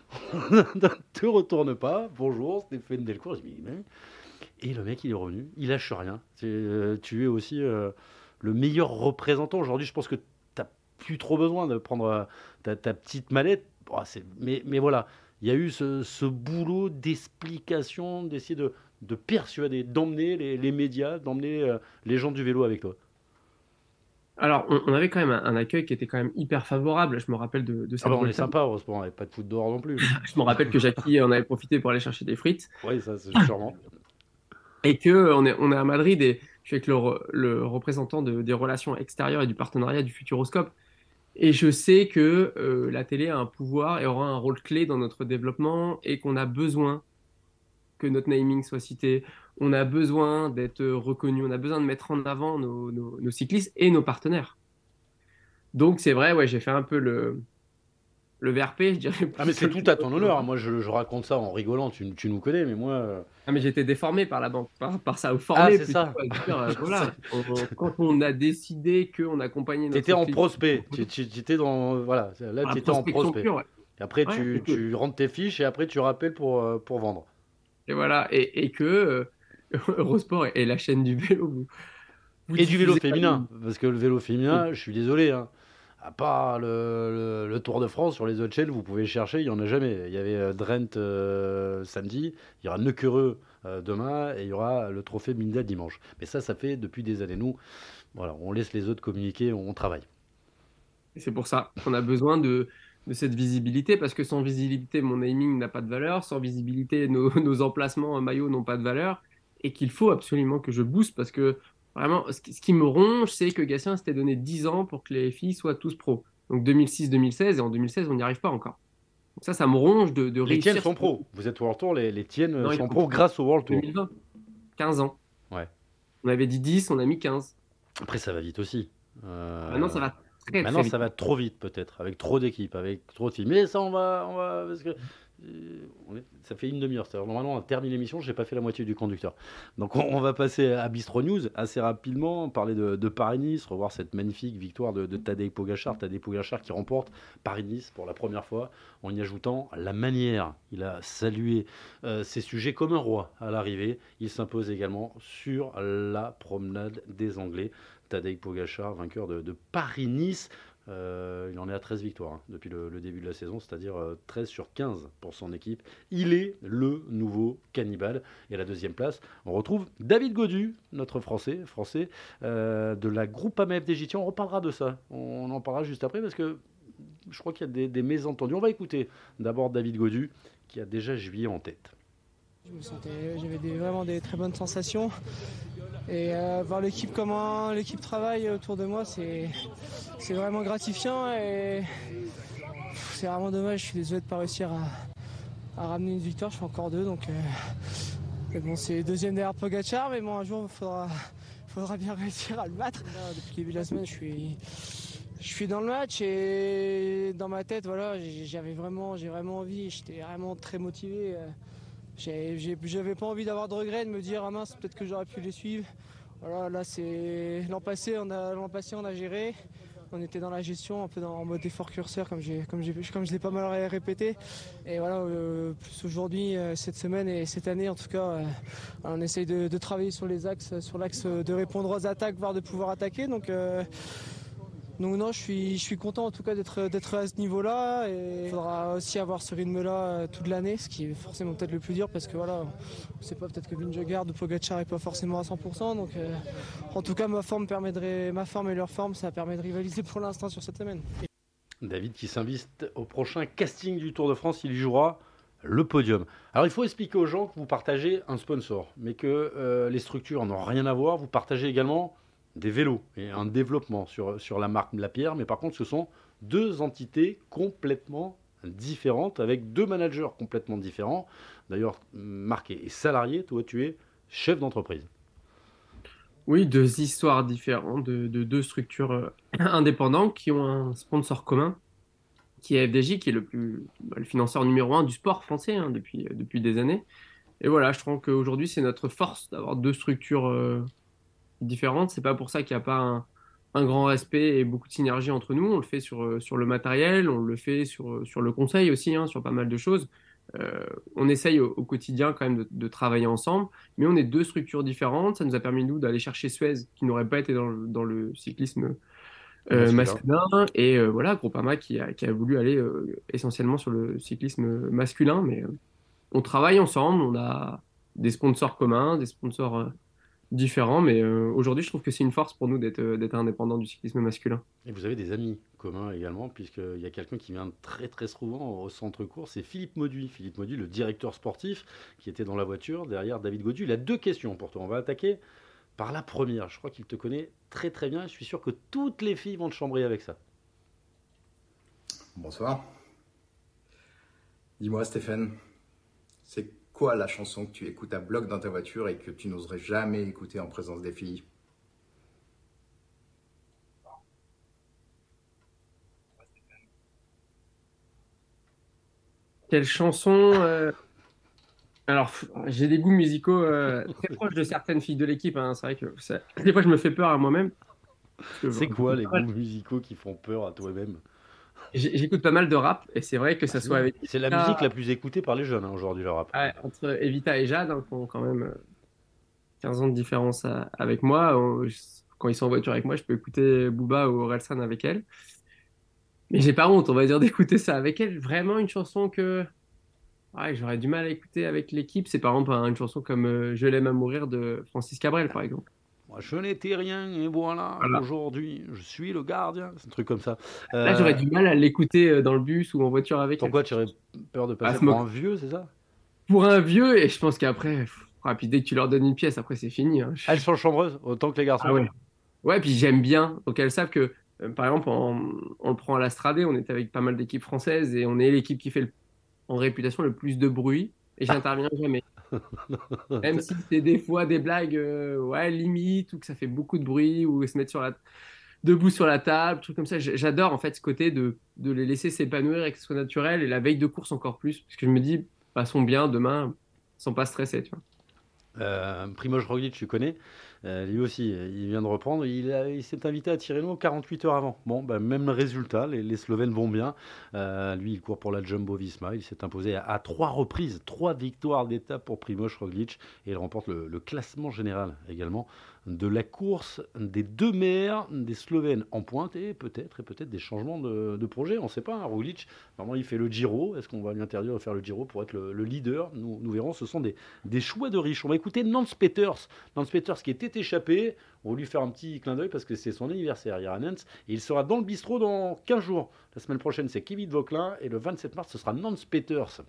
Ne te retourne pas. Bonjour, Stéphane Delcourt. Je dis, mais... Et le mec, il est revenu. Il lâche rien. Tu, euh, tu es aussi euh, le meilleur représentant. Aujourd'hui, je pense que tu n'as plus trop besoin de prendre euh, ta, ta petite mallette. Oh, c'est... Mais, mais voilà, il y a eu ce, ce boulot d'explication, d'essayer de, de persuader, d'emmener les, les médias, d'emmener euh, les gens du vélo avec toi. Alors, on, on avait quand même un, un accueil qui était quand même hyper favorable. Je me rappelle de, de Ah cette bah on est Volta. sympa, heureusement, on n'avait pas de foot dehors non plus. Je me rappelle que Jackie en avait profité pour aller chercher des frites. Oui, ça, c'est sûrement. Et que euh, on est, on est à Madrid et je suis avec le, re- le représentant de- des relations extérieures et du partenariat du Futuroscope. Et je sais que euh, la télé a un pouvoir et aura un rôle clé dans notre développement et qu'on a besoin que notre naming soit cité. On a besoin d'être reconnu. On a besoin de mettre en avant nos, nos- nos cyclistes et nos partenaires. Donc c'est vrai, ouais, j'ai fait un peu le, le V R P, je dirais Ah plus mais que c'est le tout à ton honneur. philosophe. Moi, je, je raconte ça en rigolant. Tu, tu nous connais, mais moi... euh, Ah, mais j'ai été déformé par la banque, par, par ça, ou Ah, formé c'est plutôt, ça. à dire, euh, voilà, on- quand on a décidé qu'on accompagnait Tu étais notre en client prospect. Tu, tu, tu étais dans... Voilà, là, par la tu étais en prospection prospect. pure, ouais. Et après, Ouais, tu, et que, tu rentres tes fiches et après, tu rappelles pour, euh, pour vendre. et voilà, et, et que euh, Eurosport est, est la chaîne du vélo. Vous, vous Et du vélo diffusez pas féminin. une- Parce que le vélo Oui, féminin, je suis désolé, hein, à part le, le- le Tour de France, sur les autres chaînes, vous pouvez chercher, il n'y en a jamais. Il y avait euh, Drenthe euh, samedi, il y aura Neuquereux euh, demain et il y aura le trophée Minda dimanche. Mais ça, ça fait depuis des années. Nous, voilà, on laisse les autres communiquer, on travaille. et c'est pour ça qu'on a besoin de, de cette visibilité, parce que sans visibilité, mon naming n'a pas de valeur, sans visibilité, nos, nos emplacements en maillot n'ont pas de valeur, et qu'il faut absolument que je booste, parce que vraiment, ce qui, ce qui me ronge, c'est que Gatien s'était donné dix ans pour que les filles soient tous pros. Donc deux mille six deux mille seize, et en deux mille seize, on n'y arrive pas encore. Donc ça, ça me ronge de, de Les tiennes réussir. sont pros. Vous êtes World Tour, les, les tiennes Non, ils sont sont pros pros grâce au World Tour. deux mille vingt, quinze ans. Ouais. On avait dit dix, on a mis quinze. Après, ça va vite aussi. Maintenant, ça Euh, va très Maintenant, très vite. ça va trop vite, peut-être, avec trop d'équipes, avec trop de films. Mais ça, on va. On va parce que, euh, on est- ça fait une demi-heure. C'est-à-dire, normalement, on termine l'émission, j'ai pas fait la moitié du conducteur. Donc, on, on va passer à Bistro News assez rapidement, parler de, de Paris-Nice, revoir cette magnifique victoire de, de Tadej Pogacar. Tadej Pogacar qui remporte Paris-Nice pour la première fois, en y ajoutant la manière. Il a salué euh, ses sujets comme un roi à l'arrivée. Il s'impose également sur la promenade des Anglais. Tadej Pogacar, vainqueur de, de Paris-Nice. Euh, il en est à treize victoires hein, depuis le, le début de la saison, c'est-à-dire euh, treize sur quinze pour son équipe. Il est le nouveau cannibale. Et à la deuxième place, on retrouve David Gaudu, notre français, français euh, de la Groupama F D J. Tiens, on reparlera de ça. On en parlera juste après parce que je crois qu'il y a des, des mésentendus. On va écouter d'abord David Gaudu qui a déjà juillet en tête. Je me sentais, j'avais des, vraiment des très bonnes sensations. Et euh, voir l'équipe, comment l'équipe travaille autour de moi, c'est, c'est vraiment gratifiant. Et c'est vraiment dommage, je suis désolé de ne pas réussir à, à ramener une victoire, je fais encore deux. Donc, euh, bon, c'est deuxième derrière Pogacar, mais bon, un jour, il faudra, faudra bien réussir à le battre. Là, depuis le début de la semaine, je suis, je suis dans le match et dans ma tête, voilà, j'avais vraiment, j'ai vraiment envie, j'étais vraiment très motivé. J'ai, j'ai, j'avais pas envie d'avoir de regrets, de me dire ah mince peut-être que j'aurais pu les suivre. Voilà, là c'est l'an passé, on a l'an passé on a géré, on était dans la gestion, un peu dans, en mode effort curseur comme j'ai comme j'ai comme je l'ai pas mal répété. Et voilà, euh, plus aujourd'hui, euh, cette semaine et cette année en tout cas, euh, on essaye de, de travailler sur les axes, sur l'axe de répondre aux attaques, voire de pouvoir attaquer. Donc euh, Donc non, je suis, je suis content en tout cas d'être, d'être à ce niveau-là et il faudra aussi avoir ce rythme-là toute l'année, ce qui est forcément peut-être le plus dur parce que voilà, on sait pas, peut-être que Vingegaard ou Pogacar est pas forcément à cent pour cent. Donc euh, en tout cas, ma forme permettrait, ma forme et leur forme, ça permet de rivaliser pour l'instant sur cette semaine. David qui s'invite au prochain casting du Tour de France, il y jouera le podium. Alors il faut expliquer aux gens que vous partagez un sponsor, mais que euh, les structures n'ont rien à voir. Vous partagez également des vélos et un développement sur, sur la marque Lapierre, mais par contre ce sont deux entités complètement différentes avec deux managers complètement différents. D'ailleurs, Marc est salarié, toi tu es chef d'entreprise. Oui, deux histoires différentes de, de deux structures euh, indépendantes qui ont un sponsor commun qui est F D J, qui est le plus bah, le financeur numéro un du sport français hein, depuis, depuis des années. Et voilà, je trouve qu'aujourd'hui c'est notre force d'avoir deux structures euh, différentes. C'est pas pour ça qu'il n'y a pas un, un grand respect et beaucoup de synergie entre nous. On le fait sur, sur le matériel, on le fait sur, sur le conseil aussi, hein, sur pas mal de choses. Euh, on essaye au, au quotidien quand même de, de travailler ensemble, mais on est deux structures différentes. Ça nous a permis, nous, d'aller chercher Suez, qui n'aurait pas été dans le, dans le cyclisme euh, masculin. masculin. Et euh, voilà, Groupama qui a, qui a voulu aller euh, essentiellement sur le cyclisme masculin. Mais euh, on travaille ensemble, on a des sponsors communs, des sponsors euh, différents, mais euh, aujourd'hui, je trouve que c'est une force pour nous d'être, euh, d'être indépendant du cyclisme masculin. Et vous avez des amis communs également, puisqu'il y a quelqu'un qui vient très très souvent au centre court, c'est Philippe Mauduit. Philippe Mauduit, le directeur sportif, qui était dans la voiture derrière David Gaudu. Il a deux questions pour toi. On va attaquer par la première. Je crois qu'il te connaît très très bien. Je suis sûr que toutes les filles vont te chambrer avec ça. Bonsoir. Dis-moi Stéphane, c'est quoi la chanson que tu écoutes à bloc dans ta voiture et que tu n'oserais jamais écouter en présence des filles? Quelle chanson euh... Alors, j'ai des goûts musicaux euh, très proches de certaines filles de l'équipe. Hein. C'est vrai que ça... des fois, je me fais peur à moi-même. Que, c'est quoi les goûts musicaux qui font peur à toi-même? J'écoute pas mal de rap et c'est vrai que ça ah, soit avec. C'est la musique la plus écoutée par les jeunes hein, aujourd'hui, le rap. Ouais, entre Evita et Jade, hein, qui ont quand même quinze ans de différence à... avec moi. On... Quand ils sont en voiture avec moi, je peux écouter Booba ou Orelsan avec elle. Mais j'ai pas honte, on va dire, d'écouter ça avec elle. Vraiment une chanson que ouais, j'aurais du mal à écouter avec l'équipe. C'est par exemple une chanson comme euh, Je l'aime à mourir de Francis Cabrel, par exemple. Moi, je n'étais rien et voilà, voilà. Aujourd'hui, je suis le gardien. C'est un truc comme ça. Euh... Là, j'aurais du mal à l'écouter dans le bus ou en voiture avec Pourquoi elle. Pourquoi tu aurais peur de passer pour un vieux, c'est ça? Pour un vieux, et je pense qu'après, ah, puis dès que tu leur donnes une pièce, après c'est fini. Hein. Elles sont chambreuses, autant que les garçons. Ah ouais. Ouais, puis j'aime bien. Donc elles savent que, euh, par exemple, on, on le prend à la Stradé, on est avec pas mal d'équipes françaises et on est l'équipe qui fait le, en réputation le plus de bruit. Et j'interviens jamais. Même si c'est des fois des blagues, euh, ouais, limite, ou que ça fait beaucoup de bruit, ou se mettre sur la, debout sur la table, trucs comme ça. J'adore en fait ce côté de, de les laisser s'épanouir et que ce soit naturel. Et la veille de course encore plus, parce que je me dis, passons bien demain, sans pas stresser, tu vois. Euh, Primož Roglic, tu connais, euh, lui aussi, il vient de reprendre. Il, a- il s'est invité à Tirreno quarante-huit heures avant. Bon, bah, même résultat, les, les Slovènes vont bien. Euh, lui, il court pour la Jumbo-Visma. Il s'est imposé à, à trois reprises, trois victoires d'étape pour Primož Roglic. Et il remporte le, le classement général également de la course des deux meilleurs des Slovènes en pointe. Et peut-être et peut-être des changements de, de projet. On ne sait pas. Hein. Roglic, normalement, il fait le Giro. Est-ce qu'on va lui interdire de faire le Giro pour être le, le leader? nous, nous verrons. Ce sont des, des choix de riches. On va écouter Nance Peters. Nance Peters qui était échappé. On va lui faire un petit clin d'œil parce que c'est son anniversaire hier à Nance. Et il sera dans le bistrot dans quinze jours. La semaine prochaine, c'est Kevin Vauquelin. Et le vingt-sept mars, ce sera Nance Peters.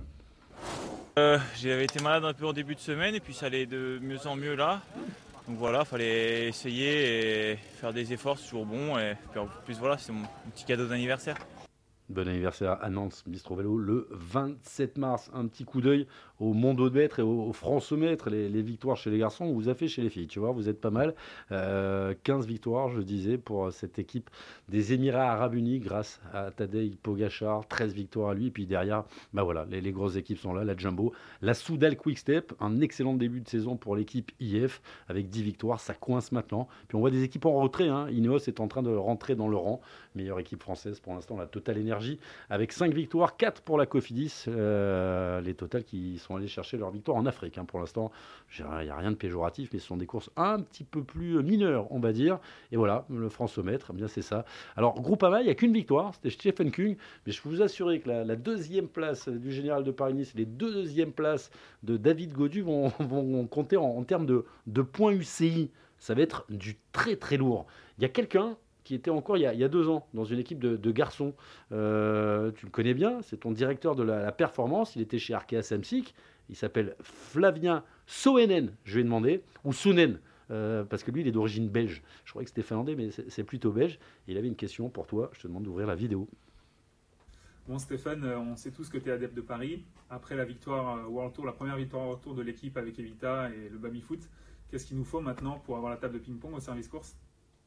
Euh, j'avais été malade un peu en début de semaine et puis ça allait de mieux en mieux là. Donc voilà, il fallait essayer et faire des efforts, c'est toujours bon. Et puis en plus, voilà, c'est mon, mon petit cadeau d'anniversaire. Bon anniversaire à Nantes, Bistro Vélo, le vingt-sept mars. Un petit coup d'œil au mondomètre et au, au francomètre, les, les victoires chez les garçons, on vous a fait chez les filles. Tu vois, vous êtes pas mal. Euh, quinze victoires, je disais, pour cette équipe des Émirats Arabes Unis grâce à Tadej Pogačar. treize victoires à lui. Et puis derrière, bah voilà, les, les grosses équipes sont là. La Jumbo, la Soudal Quick-Step, un excellent début de saison pour l'équipe I F avec dix victoires. Ça coince maintenant. Puis on voit des équipes en retrait. Hein. Ineos est en train de rentrer dans le rang. Meilleure équipe française pour l'instant, la Total Energy. Avec cinq victoires, quatre pour la Cofidis, euh, les Total qui sont allés chercher leur victoire en Afrique. Hein. Pour l'instant, il n'y a rien de péjoratif, mais ce sont des courses un petit peu plus mineures, on va dire. Et voilà, le Francomètre, eh bien c'est ça. Alors, Groupama, il n'y a qu'une victoire, c'était Stephen Kung, mais je peux vous assurer que la, la deuxième place du Général de Paris-Nice et les deux deuxièmes places de David Gaudu vont, vont compter en, en termes de, de points U C I. Ça va être du très très lourd. Il y a quelqu'un qui était encore il y a, il y a deux ans dans une équipe de, de garçons. Euh, tu le connais bien, c'est ton directeur de la, la performance. Il était chez Arkea Samsic. Il s'appelle Flavien Soenen, je lui ai demandé, ou Sounen, euh, parce que lui, il est d'origine belge. Je croyais que c'était finlandais, mais c'est, c'est plutôt belge. Et il avait une question pour toi. Je te demande d'ouvrir la vidéo. Bon Stéphane, on sait tous que tu es adepte de Paris. Après la victoire World Tour, la première victoire World Tour de l'équipe avec Evita et le baby-foot, qu'est-ce qu'il nous faut maintenant pour avoir la table de ping-pong au service course ?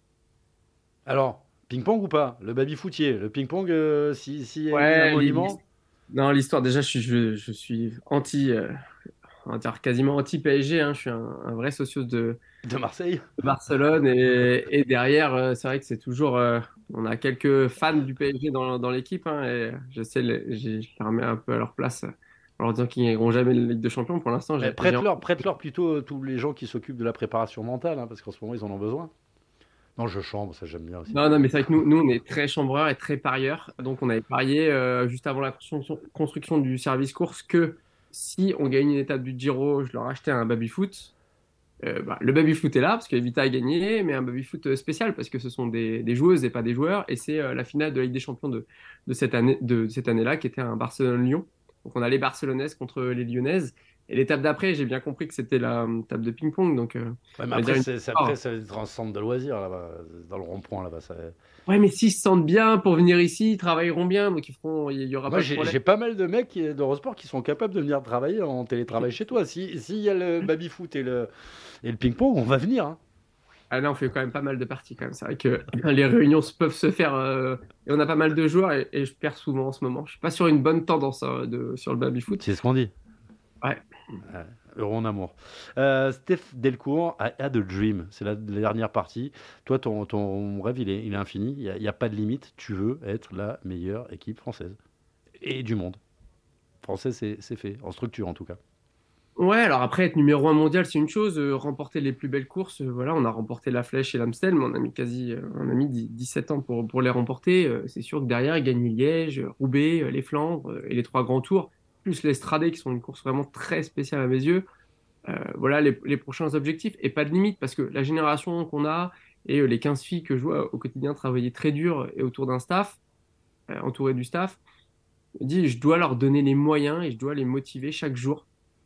Alors, ping-pong ou pas? Le baby-foutier, le ping-pong, euh, si, si il y a Ouais, un monument. Non, l'histoire, déjà, je suis, je, je suis anti, euh, on va dire quasiment anti-P S G. Hein. Je suis un, un vrai socios de, De Marseille. de Barcelone. Et, et derrière, euh, c'est vrai que c'est toujours. Euh, on a quelques fans du P S G dans, dans l'équipe. Hein, et j'essaie, de les- j'ai- je les remets un peu à leur place euh, en leur disant qu'ils ne gagneront jamais la Ligue de Champions. Pour l'instant, Eh, j'ai, j'ai- prête-leur, prête-leur plutôt euh, tous les gens qui s'occupent de la préparation mentale, hein, parce qu'en ce moment, ils en ont besoin. Non, je chambre, ça j'aime bien aussi. Non, non, mais c'est vrai que nous, nous, on est très chambreurs et très parieurs. Donc, on avait parié euh, juste avant la construction, construction du service course que si on gagne une étape du Giro, je leur achetais un baby-foot. Euh, bah, le baby-foot est là parce qu'Evita a gagné, mais un baby-foot spécial parce que ce sont des, des joueuses et pas des joueurs. Et c'est euh, la finale de la Ligue des Champions de, de cette année, de cette année-là qui était un Barcelone-Lyon. Donc, on a les Barcelonaises contre les Lyonnaises. Et l'étape d'après, j'ai bien compris que c'était la euh, table de ping-pong. Donc, euh, Ouais, mais on va dire après, une c'est, c'est, victoire. après, c'est un centre de loisirs là-bas, dans le rond-point là-bas. Ça... Ouais, mais s'ils se sentent bien pour venir ici, ils travailleront bien, donc ils feront, il y aura Moi, pas de j'ai, problème. j'ai pas mal de mecs qui- d'Eurosport qui sont capables de venir travailler en télétravail chez toi. Si, s'il y a le baby-foot et le, et le ping-pong, on va venir. Hein. Ah là, on fait quand même pas mal de parties quand même. C'est vrai que les réunions se- peuvent se faire euh, et on a pas mal de joueurs et, et je perds souvent en ce moment. Je suis pas sur une bonne tendance hein, de, sur le baby-foot. C'est ce qu'on dit. Ouais. Ouais, heureux en amour. Euh, Steph Delcourt a, a The Dream. C'est la, la dernière partie. Toi, ton, ton rêve, il est, il est infini. Il n'y a, il y a pas de limite. Tu veux être la meilleure équipe française et du monde. Français, c'est, c'est fait. En structure, en tout cas. Ouais, alors après, être numéro un mondial, c'est une chose. euh, remporter les plus belles courses, euh, voilà, on a remporté la Flèche et l'Amstel, mais on a mis quasi, euh, on a mis dix- dix-sept ans pour, pour les remporter. Euh, c'est sûr que derrière, gagner Liège, Roubaix, euh, les Flandres euh, et les trois grands tours, plus l'Estradé, qui sont une course vraiment très spéciale à mes yeux. Euh, voilà les, les prochains objectifs et pas de limite parce que la génération qu'on a et euh, les quinze filles que je vois au quotidien travailler très dur et autour d'un staff, euh, entouré du staff, je dis je dois leur donner les moyens et je dois les motiver chaque jour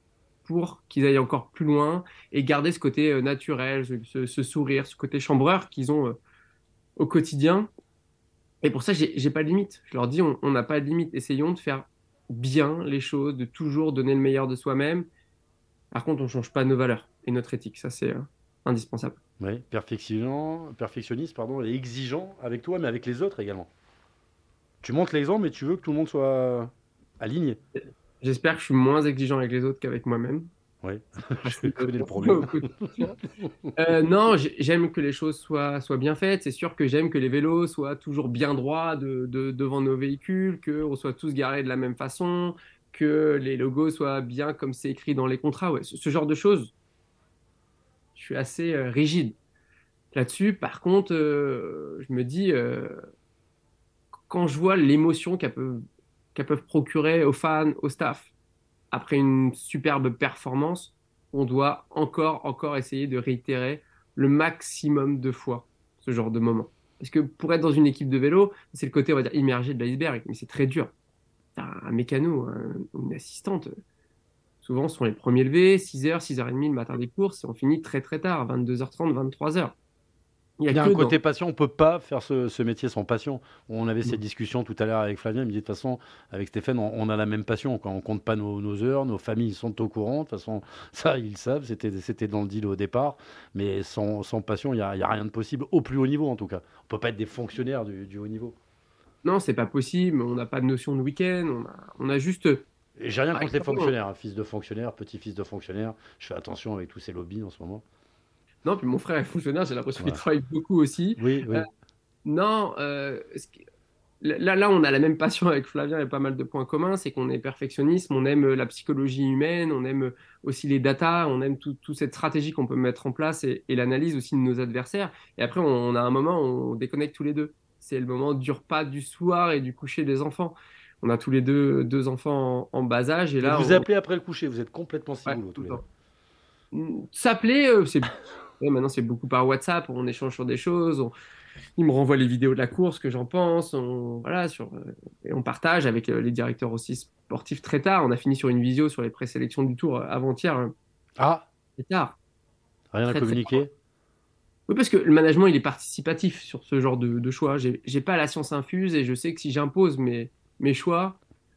pour qu'ils aillent encore plus loin et garder ce côté euh, naturel, ce, ce- ce sourire, ce côté chambreur qu'ils ont euh, au quotidien. Et pour ça, j'ai j'ai pas de limite. Je leur dis on on n'a pas de limite. Essayons de faire bien les choses, de toujours donner le meilleur de soi-même. Par contre, on ne change pas nos valeurs et notre éthique. Ça, c'est euh, indispensable. Oui, perfectionnant, perfectionniste pardon, et exigeant avec toi, mais avec les autres également. Tu montres l'exemple, mais tu veux que tout le monde soit aligné. J'espère que je suis moins exigeant avec les autres qu'avec moi-même. Oui, je connais le problème. euh, non, j'aime que les choses soient, soient bien faites. C'est sûr que j'aime que les vélos soient toujours bien droits de, de, devant nos véhicules, qu'on soit tous garés de la même façon, que les logos soient bien comme c'est écrit dans les contrats. Ouais, ce, ce genre de choses, je suis assez euh, rigide là-dessus. Par contre, euh, je me dis, euh, quand je vois l'émotion qu'elles peuvent, qu'elles peuvent procurer aux fans, au staff, après une superbe performance, on doit encore, encore essayer de réitérer le maximum de fois ce genre de moment. Parce que pour être dans une équipe de vélo, c'est le côté, on va dire, immergé de l'iceberg, mais c'est très dur. Un, un mécano, un, une assistante, souvent ce sont les premiers levés, six heures, six heures trente le matin des courses, et on finit très très tard, vingt-deux heures trente, vingt-trois heures. Il y a, il y a un côté dans... passion, on ne peut pas faire ce, ce métier sans passion. On avait mmh. cette discussion tout à l'heure avec Flavien, il me dit de toute façon, avec Stéphane, on, on a la même passion. Quand on ne compte pas nos, nos heures, nos familles sont au courant. De toute façon, ça, ils le savent, c'était, c'était dans le deal au départ. Mais sans, sans passion, il n'y a, a rien de possible, au plus haut niveau en tout cas. On ne peut pas être des fonctionnaires du, du haut niveau. Non, c'est pas possible, on n'a pas de notion de week-end, on a, on a juste... Et j'ai rien contre les fonctionnaires, hein. Fils de fonctionnaire, petit-fils de fonctionnaire. Je fais attention avec tous ces lobbies en ce moment. Non, puis mon frère est fonctionnaire, j'ai l'impression ouais. qu'il travaille beaucoup aussi. Oui, oui. Euh, non, euh, là, là, on a la même passion avec Flavien et pas mal de points communs, c'est qu'on est perfectionniste, on aime la psychologie humaine, on aime aussi les datas, on aime toute tout cette stratégie qu'on peut mettre en place et, et l'analyse aussi de nos adversaires. Et après, on, on a un moment où on déconnecte tous les deux. C'est le moment du repas du soir et du coucher des enfants. On a tous les deux deux enfants en, en bas âge. Et là, vous on... appelez après le coucher, vous êtes complètement ciboulot ouais, tous les deux. S'appeler, euh, c'est... Ouais, maintenant, c'est beaucoup par WhatsApp, on échange sur des choses, on... il me renvoie les vidéos de la course, que j'en pense, on... Voilà, sur... et on partage avec les directeurs aussi sportifs très tard. On a fini sur une visio sur les présélections du Tour avant-hier. Ah C'est tard. Rien très, à communiquer. Oui, parce que le management, il est participatif sur ce genre de, de choix. J'ai, j'ai pas la science infuse et je sais que si j'impose mes, mes choix,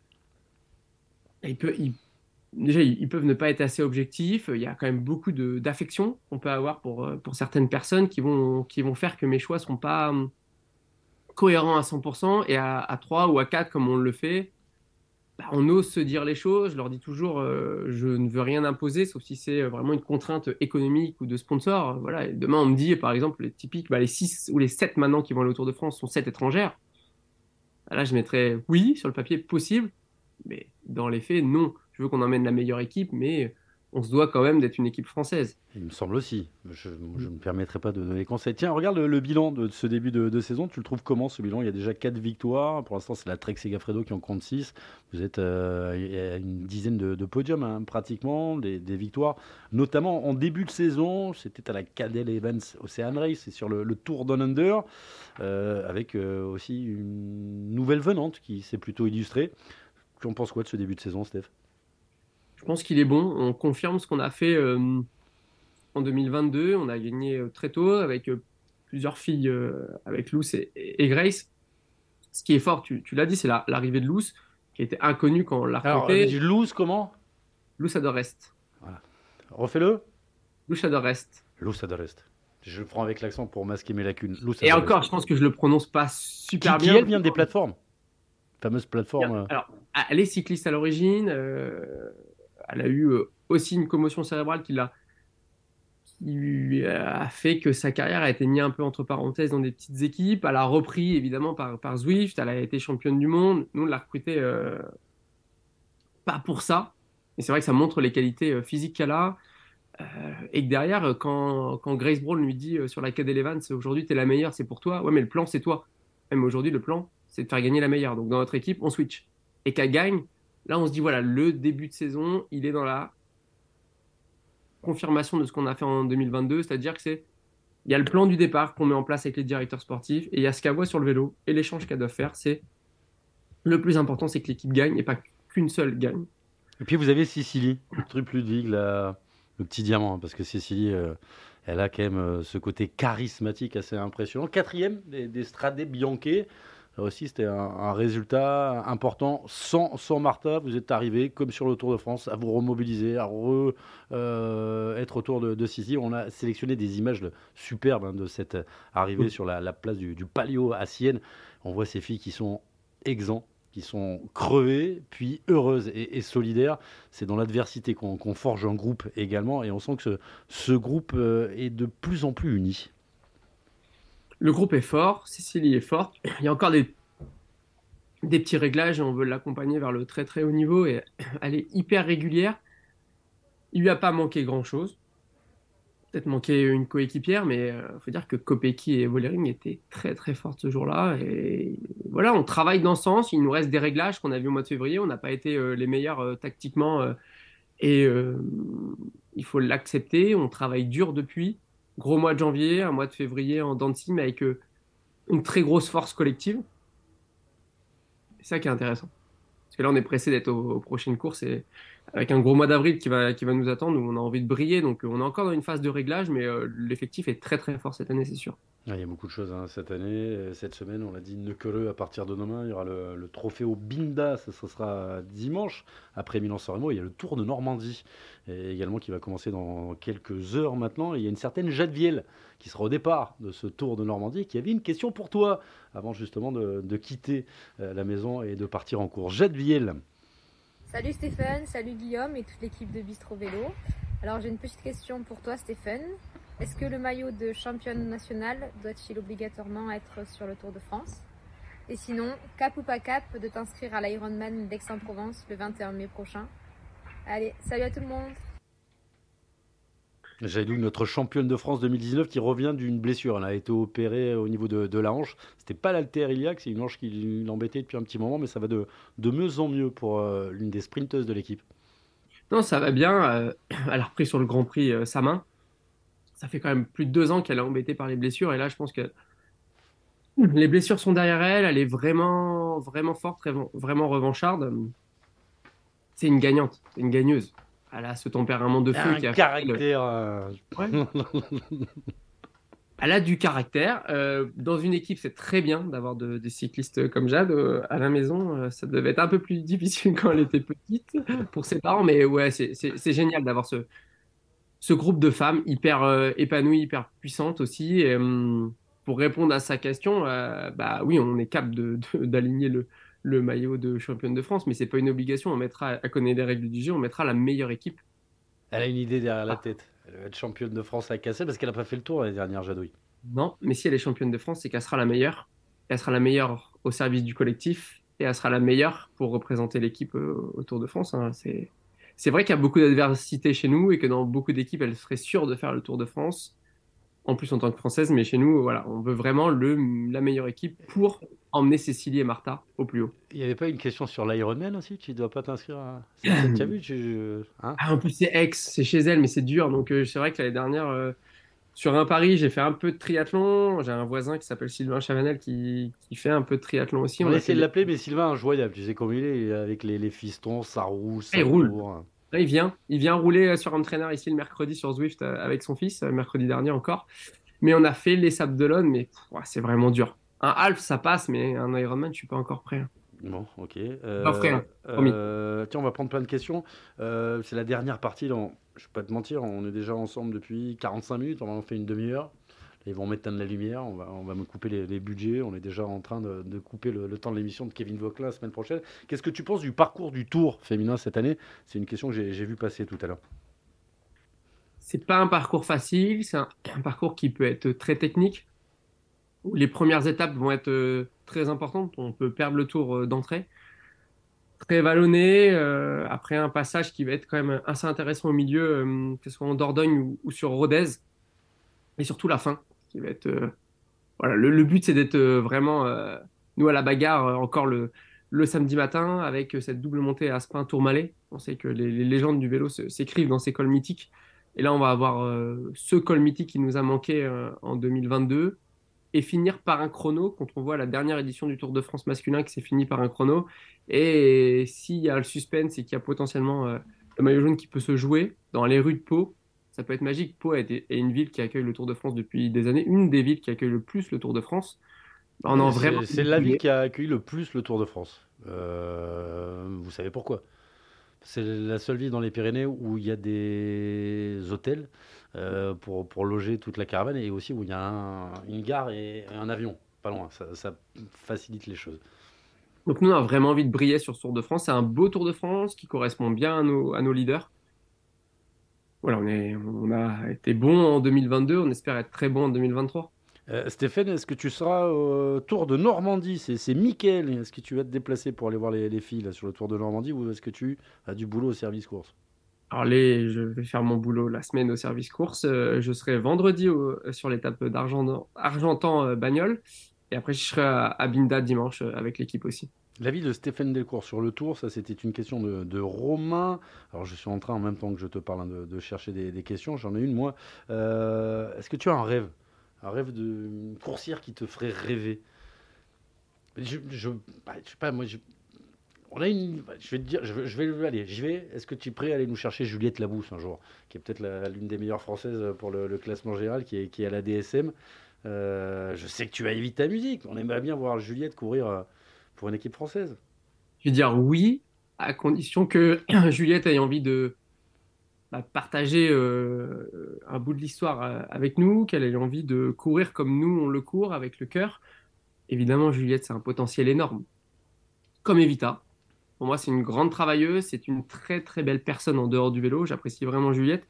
il peut, il... déjà, ils peuvent ne pas être assez objectifs. Il y a quand même beaucoup de, d'affection qu'on peut avoir pour, pour certaines personnes qui vont, qui vont faire que mes choix ne seront pas cohérents à cent pour cent. Et à, à trois ou à quatre, comme on le fait, bah, on ose se dire les choses. Je leur dis toujours, euh, je ne veux rien imposer, sauf si c'est vraiment une contrainte économique ou de sponsor. Voilà. Et demain, on me dit, par exemple, les typiques, bah, les six ou les sept maintenant qui vont aller au Tour de France sont sept étrangères. Là, je mettrais oui, sur le papier, possible. Mais dans les faits, non. Je veux qu'on emmène la meilleure équipe, mais on se doit quand même d'être une équipe française. Il me semble aussi. Je ne me permettrai pas de donner conseil. Tiens, regarde le, le bilan de, de ce début de, de saison. Tu le trouves comment, ce bilan ? Il y a déjà quatre victoires. Pour l'instant, c'est la Trek Segafredo qui en compte six. Vous êtes euh, à une dizaine de, de podiums, hein, pratiquement, des, des victoires. Notamment en début de saison, c'était à la Cadel Evans Ocean Race et sur le, le Tour Down Under, euh, avec euh, aussi une nouvelle venante qui s'est plutôt illustrée. Tu en penses quoi de ce début de saison, Steph ? Je pense qu'il est bon. On confirme ce qu'on a fait euh, en deux mille vingt-deux. On a gagné euh, très tôt avec euh, plusieurs filles, euh, avec Luce et, et Grace. Ce qui est fort, tu, tu l'as dit, c'est la, l'arrivée de Luce, qui était inconnue quand on l'a recrutée. Alors, Luce, comment ? Luce Adorest. Voilà. Refais-le. Luce Adorest. Luce Adorest. Je le prends avec l'accent pour masquer mes lacunes. Luce et encore, je pense que je le prononce pas super qui, bien. Qui elle vient des plateformes. Fameuse plateforme. Alors, elle est cycliste à l'origine. Euh... Elle a eu aussi une commotion cérébrale qui, l'a, qui a fait que sa carrière a été mise un peu entre parenthèses dans des petites équipes. Elle a repris évidemment par, par Zwift, elle a été championne du monde. Nous, on l'a recrutée euh, pas pour ça. Et c'est vrai que ça montre les qualités physiques qu'elle a. Euh, et que derrière, quand, quand Grace Brown lui dit euh, sur la Cadel Evans, aujourd'hui, tu es la meilleure, c'est pour toi. Ouais, mais le plan, c'est toi. Même aujourd'hui, le plan, c'est de faire gagner la meilleure. Donc dans notre équipe, on switch. Et qu'elle gagne. Là, on se dit, voilà, le début de saison, il est dans la confirmation de ce qu'on a fait en deux mille vingt-deux, c'est-à-dire que c'est, il y a le plan du départ qu'on met en place avec les directeurs sportifs, et il y a ce qu'elle voit sur le vélo, et l'échange qu'elle doit faire, c'est le plus important, c'est que l'équipe gagne, et pas qu'une seule gagne. Et puis vous avez Cécilie, Trup Ludwig, la, le petit diamant, parce que Cécilie, euh, elle a quand même euh, ce côté charismatique assez impressionnant. Quatrième des, des Strade Bianche. Là aussi, c'était un, un résultat important. Sans, sans Martha, vous êtes arrivé, comme sur le Tour de France, à vous remobiliser, à re, euh, être autour de, de Sisi. On a sélectionné des images superbes hein, de cette arrivée mmh. sur la, la place du, du Palio à Sienne. On voit ces filles qui sont exemptes, qui sont crevées, puis heureuses et, et solidaires. C'est dans l'adversité qu'on, qu'on forge un groupe également, et on sent que ce, ce groupe euh, est de plus en plus uni. Le groupe est fort, Cécilie est forte. Il y a encore des, des petits réglages et on veut l'accompagner vers le très très haut niveau et elle est hyper régulière. Il lui a pas manqué grand-chose. Peut-être manqué une coéquipière, mais il euh, faut dire que Kopecky et Vollering étaient très très fortes ce jour-là. Et voilà, on travaille dans ce sens. Il nous reste des réglages qu'on a vus au mois de février. On n'a pas été euh, les meilleurs euh, tactiquement euh, et euh, il faut l'accepter. On travaille dur depuis. Gros mois de janvier, un mois de février en dents de scie, mais avec euh, une très grosse force collective. C'est ça qui est intéressant. Parce que là, on est pressé d'être aux, aux prochaines courses et avec un gros mois d'avril qui va, qui va nous attendre où on a envie de briller. Donc, on est encore dans une phase de réglage, mais euh, l'effectif est très très fort cette année, c'est sûr. Ah, il y a beaucoup de choses hein, cette année, cette semaine, on l'a dit, Neuqueleux à partir de demain, il y aura le, le trophée au Binda, ça, ça sera dimanche, après Milan-San Remo, il y a le Tour de Normandie, et également qui va commencer dans quelques heures maintenant, et il y a une certaine Jade Viel qui sera au départ de ce Tour de Normandie, qui avait une question pour toi, avant justement de, de quitter euh, la maison et de partir en course. Jade Viel. Salut Stéphane, salut Guillaume et toute l'équipe de Bistro Vélo. Alors j'ai une petite question pour toi Stéphane. Est-ce que le maillot de championne nationale doit-il obligatoirement être sur le Tour de France? Et sinon, cap ou pas cap de t'inscrire à l'Ironman d'Aix-en-Provence le vingt et un mai prochain? Allez, salut à tout le monde. Jailou, notre championne de France deux mille dix-neuf qui revient d'une blessure. Elle a été opérée au niveau de, de la hanche. C'était pas l'haltère iliaque, c'est une hanche qui l'embêtait depuis un petit moment, mais ça va de, de mieux en mieux pour euh, l'une des sprinteuses de l'équipe. Non, ça va bien. Euh, elle a repris sur le Grand Prix euh, sa main. Ça fait quand même plus de deux ans qu'elle est embêtée par les blessures. Et là, je pense que les blessures sont derrière elle. Elle est vraiment, vraiment forte, vraiment, vraiment revancharde. C'est une gagnante, c'est une gagneuse. Elle a ce tempérament de feu un qui a caractère. Euh... Ouais. Elle a du caractère. Euh, dans une équipe, c'est très bien d'avoir de, des cyclistes comme Jade euh, à la maison. Euh, ça devait être un peu plus difficile quand elle était petite pour ses parents, mais ouais, c'est, c'est, c'est génial d'avoir ce, ce groupe de femmes hyper euh, épanouies, hyper puissantes aussi. Et, euh, pour répondre à sa question, euh, bah oui, on est capable de, de, d'aligner le, le maillot de championne de France, mais c'est pas une obligation. On mettra, elle connaît les règles du jeu, on mettra la meilleure équipe. Elle a une idée derrière la tête. Elle va être championne de France à Cassel parce qu'elle n'a pas fait le tour l'année dernière, Jadouille. Non, mais si elle est championne de France, c'est qu'elle sera la meilleure. Elle sera la meilleure au service du collectif et elle sera la meilleure pour représenter l'équipe euh, au Tour de France. Hein. C'est... c'est vrai qu'il y a beaucoup d'adversité chez nous et que dans beaucoup d'équipes, elle serait sûre de faire le Tour de France. En plus en tant que Française, mais chez nous, voilà, on veut vraiment le, la meilleure équipe pour emmener Cécilie et Martha au plus haut. Il n'y avait pas une question sur l'Ironman aussi? Tu ne dois pas t'inscrire à... Tu as vu tu... hein ah, en plus, c'est Aix, c'est chez elle, mais c'est dur. Donc, euh, c'est vrai que l'année dernière, euh, sur un pari, j'ai fait un peu de triathlon. J'ai un voisin qui s'appelle Sylvain Chavanel qui, qui fait un peu de triathlon aussi. On, on a a essayé fait... de l'appeler, mais Sylvain, injoignable. Tu sais comment il est, avec les, les fistons, ça roule, ça il roule. court. Là, il vient, il vient rouler sur un trainer ici le mercredi sur Zwift avec son fils, mercredi dernier encore. Mais on a fait les Sables d'Olonne, mais pff, ouais, c'est vraiment dur. Un half, ça passe, mais un Ironman, je suis pas encore prêt. Bon, ok. Euh, non, frère, promis. Euh, tiens, on va prendre plein de questions. Euh, c'est la dernière partie. Là, je vais pas te mentir, on est déjà ensemble depuis quarante-cinq minutes. On va en faire une demi-heure. Ils vont m'éteindre la lumière. On va, on va me couper les, les budgets. On est déjà en train de, de couper le, le temps de l'émission de Kevin Vauquelin la semaine prochaine. Qu'est-ce que tu penses du parcours du Tour féminin cette année? C'est une question que j'ai, j'ai vu passer tout à l'heure. C'est pas un parcours facile, c'est un, un parcours qui peut être très technique, où les premières étapes vont être euh, très importantes, on peut perdre le tour euh, d'entrée, très vallonné, euh, après un passage qui va être quand même assez intéressant au milieu, euh, que ce soit en Dordogne ou, ou sur Rodez, et surtout la fin, qui va être... Euh, voilà, le, le but c'est d'être euh, vraiment, euh, nous à la bagarre, euh, encore le, le samedi matin, avec cette double montée à Aspin-Tourmalet. On sait que les, les légendes du vélo se, s'écrivent dans ces cols mythiques. Et là, on va avoir euh, ce col mythique qui nous a manqué euh, en deux mille vingt-deux et finir par un chrono, quand on voit la dernière édition du Tour de France masculin qui s'est fini par un chrono. Et s'il y a le suspense et qu'il y a potentiellement euh, le maillot jaune qui peut se jouer dans les rues de Pau, ça peut être magique. Pau est une ville qui accueille le Tour de France depuis des années, une des villes qui accueille le plus le Tour de France. On en vraiment c'est, c'est la ville qui a accueilli le plus le Tour de France. Euh, vous savez pourquoi? C'est la seule ville dans les Pyrénées où il y a des hôtels euh, pour, pour loger toute la caravane et aussi où il y a un, une gare et un avion, pas loin. Ça, ça facilite les choses. Donc nous, on a vraiment envie de briller sur ce Tour de France. C'est un beau Tour de France qui correspond bien à nos, à nos leaders. Voilà, on, est, on a été bon en deux mille vingt-deux, on espère être très bon en deux mille vingt-trois. Euh, Stéphane, est-ce que tu seras au Tour de Normandie? C'est, c'est Mickaël. Est-ce que tu vas te déplacer pour aller voir les, les filles là, sur le Tour de Normandie ou est-ce que tu as du boulot au service course? Alors les, je vais faire mon boulot la semaine au service course. Euh, je serai vendredi au- sur l'étape d'Argentan, Argentan-Bagnols. Et après, je serai à, à Binda dimanche euh, avec l'équipe aussi. L'avis de Stéphane Delcourt sur le Tour, ça c'était une question de, de Romain. Alors je suis en train en même temps que je te parle hein, de, de chercher des, des questions. J'en ai une moi. Euh, est-ce que tu as un rêve? Un rêve de une coursière qui te ferait rêver? Je, je, bah, je sais pas, moi, je, on a une. Je vais te dire, je vais, je vais aller, j'y vais. Est-ce que tu es prêt à aller nous chercher Juliette Labousse un jour, qui est peut-être la- l'une des meilleures françaises pour le, le classement général, qui est, qui est à la D S M. Euh, je sais que tu as évité ta musique. On aimerait bien voir Juliette courir euh, pour une équipe française. Je vais dire oui, à condition que Juliette ait envie de bah, partager euh, un bout de l'histoire euh, avec nous, qu'elle ait envie de courir comme nous on le court avec le cœur. Évidemment, Juliette, c'est un potentiel énorme. Comme Evita. Pour moi, c'est une grande travailleuse, c'est une très très belle personne en dehors du vélo. J'apprécie vraiment Juliette.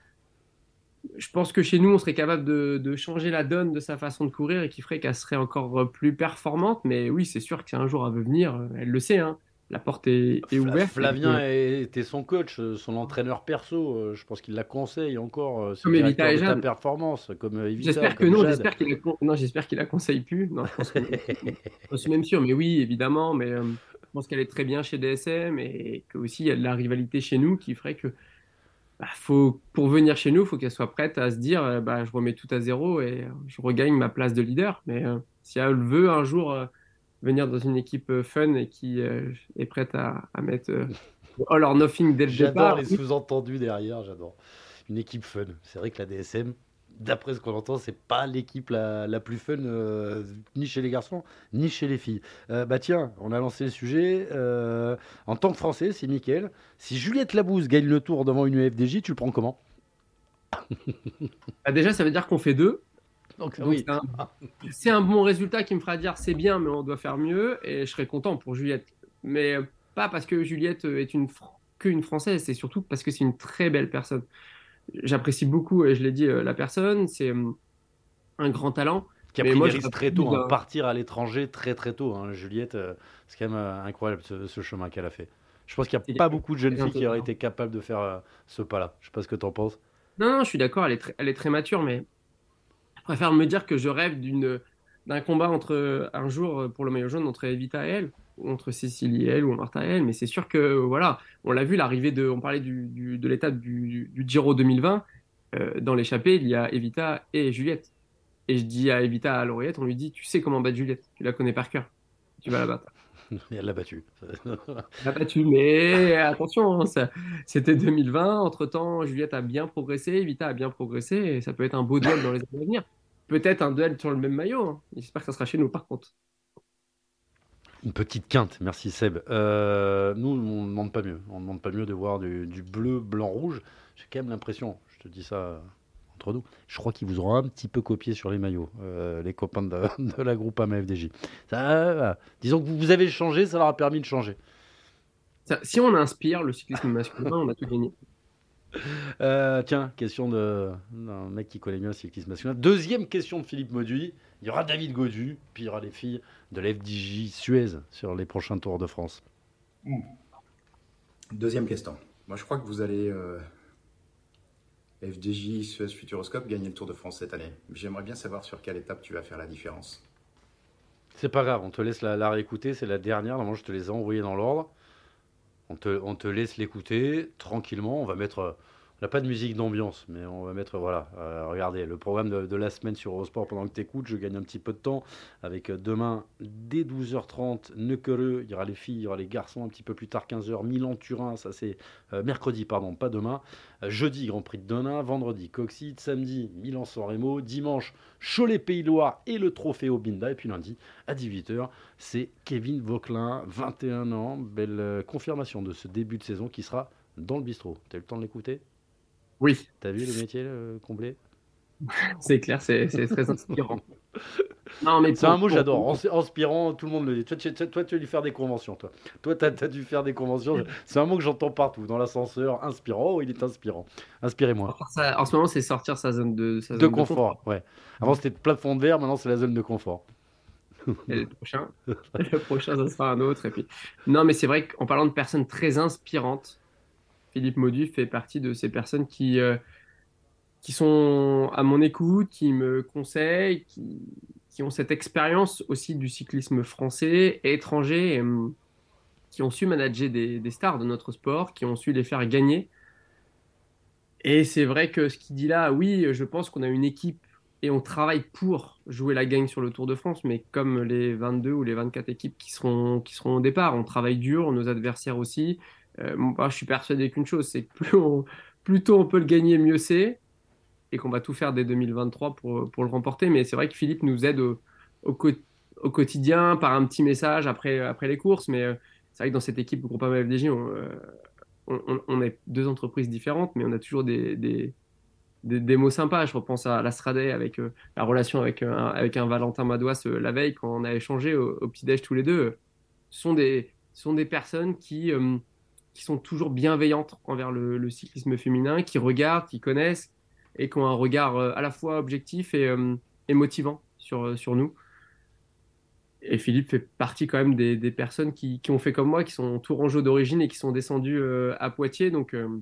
Je pense que chez nous, on serait capable de, de changer la donne de sa façon de courir et qui ferait qu'elle serait encore plus performante. Mais oui, c'est sûr qu'un jour elle veut venir, elle le sait, hein. La porte est, est Fla- ouverte. Flavien Et- était son coach, euh, son entraîneur perso. euh, Je pense qu'il la conseille encore. euh, C'est Comme Evita directeur et de ta Jeanne. performance, comme euh, Evita, J'espère que comme non, Jade. j'espère qu'il la, con- non, j'espère qu'il la conseille plus. Non, je pense que, je suis même sûr, mais oui, évidemment. Mais euh, je pense qu'elle est très bien chez D S M et qu'aussi il y a de la rivalité chez nous qui ferait que bah, faut, pour venir chez nous, il faut qu'elle soit prête à se dire euh, bah, je remets tout à zéro et euh, je regagne ma place de leader. Mais euh, si elle veut un jour euh, venir dans une équipe euh, fun et qui euh, est prête à, à mettre euh, all or nothing dès le J'adore départ, les sous-entendus derrière, j'adore. Une équipe fun. C'est vrai que la D S M, d'après ce qu'on entend, c'est pas l'équipe la, la plus fun, euh, ni chez les garçons, ni chez les filles. Euh, bah tiens, on a lancé le sujet. euh, en tant que Français, c'est Mickaël. Si Juliette Labousse gagne le Tour devant une U F D J, tu le prends comment? bah, déjà ça veut dire qu'on fait deux. Donc, Donc, oui. c'est un, c'est un bon résultat qui me fera dire c'est bien, mais on doit faire mieux. Et je serai content pour Juliette. Mais euh, pas parce que Juliette euh, est une, Fr- qu'une Française, c'est surtout parce que c'est une très belle personne. J'apprécie beaucoup, et je l'ai dit, euh, la personne. C'est euh, un grand talent. Qui a Mais pris moi, des je risques rêve très plus tôt, hein, d'un- partir à l'étranger très très tôt. hein. Juliette, euh, c'est quand même euh, incroyable ce, ce chemin qu'elle a fait. Je pense qu'il n'y a C'est pas beaucoup de jeunes très filles qui auraient intelligent. été capables de faire euh, ce pas-là. Je sais pas ce que tu en penses. Non, non, je suis d'accord, elle est très, elle est très mature, mais je préfère me dire que je rêve d'une, d'un combat entre un jour euh, pour le maillot jaune entre Evita et elle, ou entre Cécilie et elle, ou Martha et elle. Mais c'est sûr que, voilà, on l'a vu, l'arrivée de, on parlait du, du- de l'étape du, du Giro deux mille vingt, euh, dans l'échappée, il y a Evita et Juliette. Et je dis à Evita, à l'oreillette, on lui dit, tu sais comment battre Juliette, tu la connais par cœur, tu vas la battre. Et elle l'a battu. Elle l'a battue, mais attention, hein, ça- c'était deux mille vingt. Entre-temps, Juliette a bien progressé, Evita a bien progressé, et ça peut être un beau duel dans les années à venir. Peut-être un duel sur le même maillot, hein. J'espère que ça sera chez nous, par contre. Une petite quinte, merci Seb. Euh, nous, on ne demande pas mieux. On ne demande pas mieux de voir du, du bleu, blanc, rouge. J'ai quand même l'impression, je te dis ça euh, entre nous, je crois qu'ils vous auront un petit peu copié sur les maillots, euh, les copains de, de la groupe A M F D J. Ça, euh, disons que vous avez changé, ça leur a permis de changer. Ça- si on inspire le cyclisme masculin, on a tout gagné. Euh, tiens, question de- d'un mec qui connaît bien le cyclisme masculin. Deuxième question de Philippe Mauduit. Il y aura David Gaudu, puis il y aura les filles de l'F D J Suez sur les prochains Tours de France. Deuxième question. Moi, je crois que vous allez, euh, F D J, Suez, Futuroscope, gagner le Tour de France cette année. J'aimerais bien savoir sur quelle étape tu vas faire la différence. C'est pas grave, on te laisse la, la réécouter, c'est la dernière. Normalement, je te les ai envoyés dans l'ordre. On te, on te laisse l'écouter tranquillement. On va mettre. euh, On n'a pas de musique d'ambiance, mais on va mettre. Voilà, euh, regardez, le programme de, de la semaine sur Eurosport pendant que tu écoutes. Je gagne un petit peu de temps avec euh, demain, dès douze heures trente, Neuquereux. Il y aura les filles, il y aura les garçons un petit peu plus tard, quinze heures. Milan-Turin, ça c'est euh, mercredi, pardon, pas demain. Euh, jeudi, Grand Prix de Denain. Vendredi, Coxide. Samedi, Milan-San Remo. Dimanche, Cholet-Pays-Loire et le trophée au Binda. Et puis lundi, à dix-huit heures, c'est Kevin Vauquelin, vingt et un ans. Belle euh, confirmation de ce début de saison qui sera dans le bistrot. T'as eu le temps de l'écouter? Oui, T'as vu le métier euh, comblé? c'est clair, c'est c'est très inspirant. Non, mais C'est pour- un mot que pour- j'adore. Ins- Inspirant, tout le monde le dit. Toi, tu, tu- toi, tu as dû faire des conventions, toi. Toi, tu as dû faire des conventions. C'est un mot que j'entends partout. Dans l'ascenseur, inspirant. Oh, il est inspirant. Inspirez-moi. Ça, en ce moment, c'est sortir sa zone de, sa De zone confort, ouais. Avant, c'était plafond de verre. Maintenant, c'est la zone de confort. Et le prochain, le prochain, ça sera un autre. Et puis... Non, mais c'est vrai qu'en parlant de personnes très inspirantes, Philippe Maudu fait partie de ces personnes qui, euh, qui sont à mon écoute, qui me conseillent, qui, qui ont cette expérience aussi du cyclisme français et étranger, et, hum, qui ont su manager des, des stars de notre sport, qui ont su les faire gagner. Et c'est vrai que ce qu'il dit là, oui, je pense qu'on a une équipe et on travaille pour jouer la gagne sur le Tour de France, mais comme les vingt-deux ou les vingt-quatre équipes qui seront, qui seront au départ, on travaille dur, nos adversaires aussi. Euh, moi, je suis persuadé qu'une chose, c'est que plus, on, plus tôt on peut le gagner, mieux c'est, et qu'on va tout faire dès deux mille vingt-trois pour, pour le remporter. Mais c'est vrai que Philippe nous aide au, au, co- au quotidien par un petit message après, après les courses, mais euh, c'est vrai que dans cette équipe Groupama F D J, on, euh, on, on, on est deux entreprises différentes, mais on a toujours des, des, des, des mots sympas. Je repense à l'Astradé avec euh, la relation avec, euh, un, avec un Valentin Madouas euh, la veille, quand on a échangé au, au petit-déj tous les deux. Euh, ce sont des, ce sont des personnes qui, euh, qui sont toujours bienveillantes envers le, le cyclisme féminin, qui regardent, qui connaissent, et qui ont un regard euh, à la fois objectif et, euh, et motivant sur, euh, sur nous. Et Philippe fait partie quand même des, des personnes qui, qui ont fait comme moi, qui sont tourangeaux d'origine et qui sont descendus euh, à Poitiers. Donc, euh,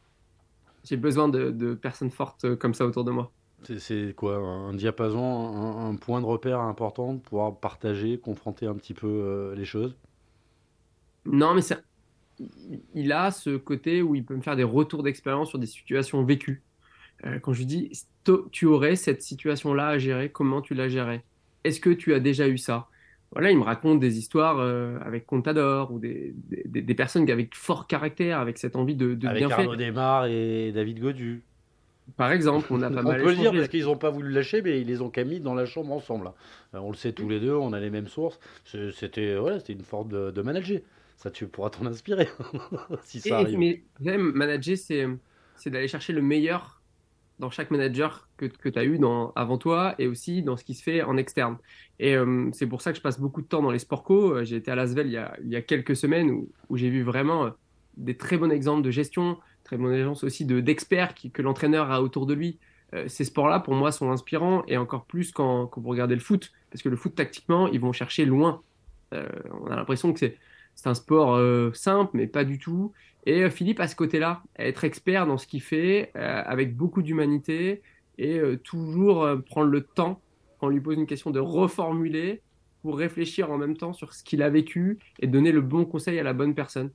j'ai besoin de, de personnes fortes euh, comme ça autour de moi. C'est, c'est quoi un diapason, un, un point de repère important pour pouvoir partager, confronter un petit peu euh, les choses? Non, mais c'est, il- il a ce côté où il peut me faire des retours d'expérience sur des situations vécues. Euh, quand je lui dis, Sto- tu aurais cette situation-là à gérer, comment tu la gérais? Est-ce que tu as déjà eu ça? Voilà, il me raconte des histoires euh, avec Contador ou des, des, des- des personnes avec fort caractère, avec cette envie de, de Avec bien Arnaud faire. Desmar et David Godu. Par exemple, on a pas On mal peut le dire échangé. parce qu'ils n'ont pas voulu le lâcher, mais ils les ont quand même mis dans la chambre ensemble. Euh, On le sait tous les deux, on a les mêmes sources. C'est- C'était voilà, c'était une forme de, de manager. Ça, tu pourras t'en inspirer si Et- ça arrive. mais même manager, c'est c'est d'aller chercher le meilleur dans chaque manager que, que tu as eu dans, avant toi et aussi dans ce qui se fait en externe. Et euh, c'est pour ça que je passe beaucoup de temps dans les sport co. Euh, J'ai été à Lasvel il y a, il y a quelques semaines où, où j'ai vu vraiment euh, des très bons exemples de gestion, très bons exemples aussi de, d'experts qui, que l'entraîneur a autour de lui. Euh, ces sports-là, pour moi, sont inspirants et encore plus quand, quand vous regardez le foot. Parce que le foot, tactiquement, ils vont chercher loin. Euh, on a l'impression que c'est c'est un sport euh, simple, mais pas du tout. Et euh, Philippe, à ce côté-là, être expert dans ce qu'il fait, euh, avec beaucoup d'humanité, et euh, toujours euh, prendre le temps, quand on lui pose une question, de reformuler pour réfléchir en même temps sur ce qu'il a vécu et donner le bon conseil à la bonne personne.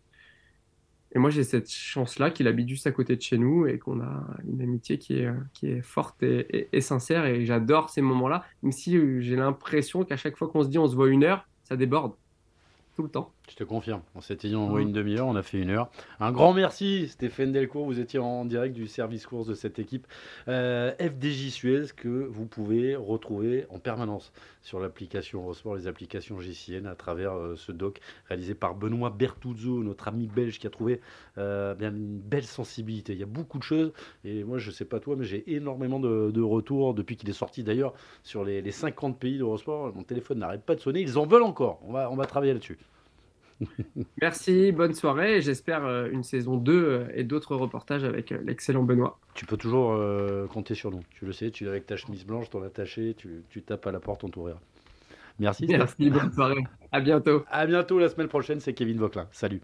Et moi, j'ai cette chance-là qu'il habite juste à côté de chez nous et qu'on a une amitié qui est, euh, qui est forte et, et- et sincère. Et j'adore ces moments-là, même si euh, j'ai l'impression qu'à chaque fois qu'on se dit on se voit une heure, ça déborde. Tout le temps. Je te confirme. On s'était dit on envoie Mhm. une demi-heure, on a fait une heure. Un grand merci Stéphane Delcourt, vous étiez en direct du service course de cette équipe euh, F D J Suez que vous pouvez retrouver en permanence sur l'application Eurosport, les applications J C N à travers euh, ce doc réalisé par Benoît Bertuzzo, notre ami belge qui a trouvé euh, bien une belle sensibilité. Il y a beaucoup de choses et moi je sais pas toi mais j'ai énormément de, de retours depuis qu'il est sorti d'ailleurs sur les, les cinquante pays d'Eurosport. Mon téléphone n'arrête pas de sonner, ils en veulent encore. On va, on va travailler là-dessus. Merci, bonne soirée. Et j'espère euh, une saison deux euh, et d'autres reportages avec euh, l'excellent Benoît. Tu peux toujours euh, compter sur nous. Tu le sais, tu es avec ta chemise blanche, ton attaché, tu, tu tapes à la porte, on t'ouvrira. Merci. Steph. Merci, bonne soirée. À bientôt. À bientôt la semaine prochaine, c'est Kevin Vauquelin. Salut.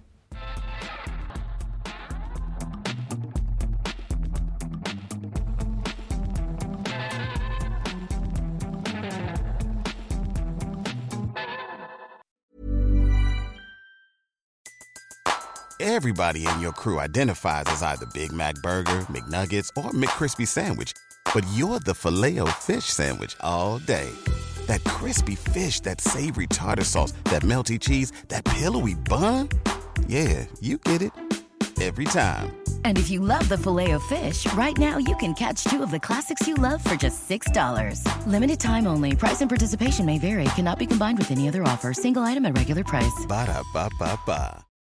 Everybody in your crew identifies as either Big Mac Burger, McNuggets, or McCrispy Sandwich. But you're the Filet-O-Fish Sandwich all day. That crispy fish, that savory tartar sauce, that melty cheese, that pillowy bun. Yeah, you get it. Every time. And if you love the Filet-O-Fish, right now you can catch two of the classics you love for just six dollars. Limited time only. Price and participation may vary. Cannot be combined with any other offer. Single item at regular price. Ba-da-ba-ba-ba.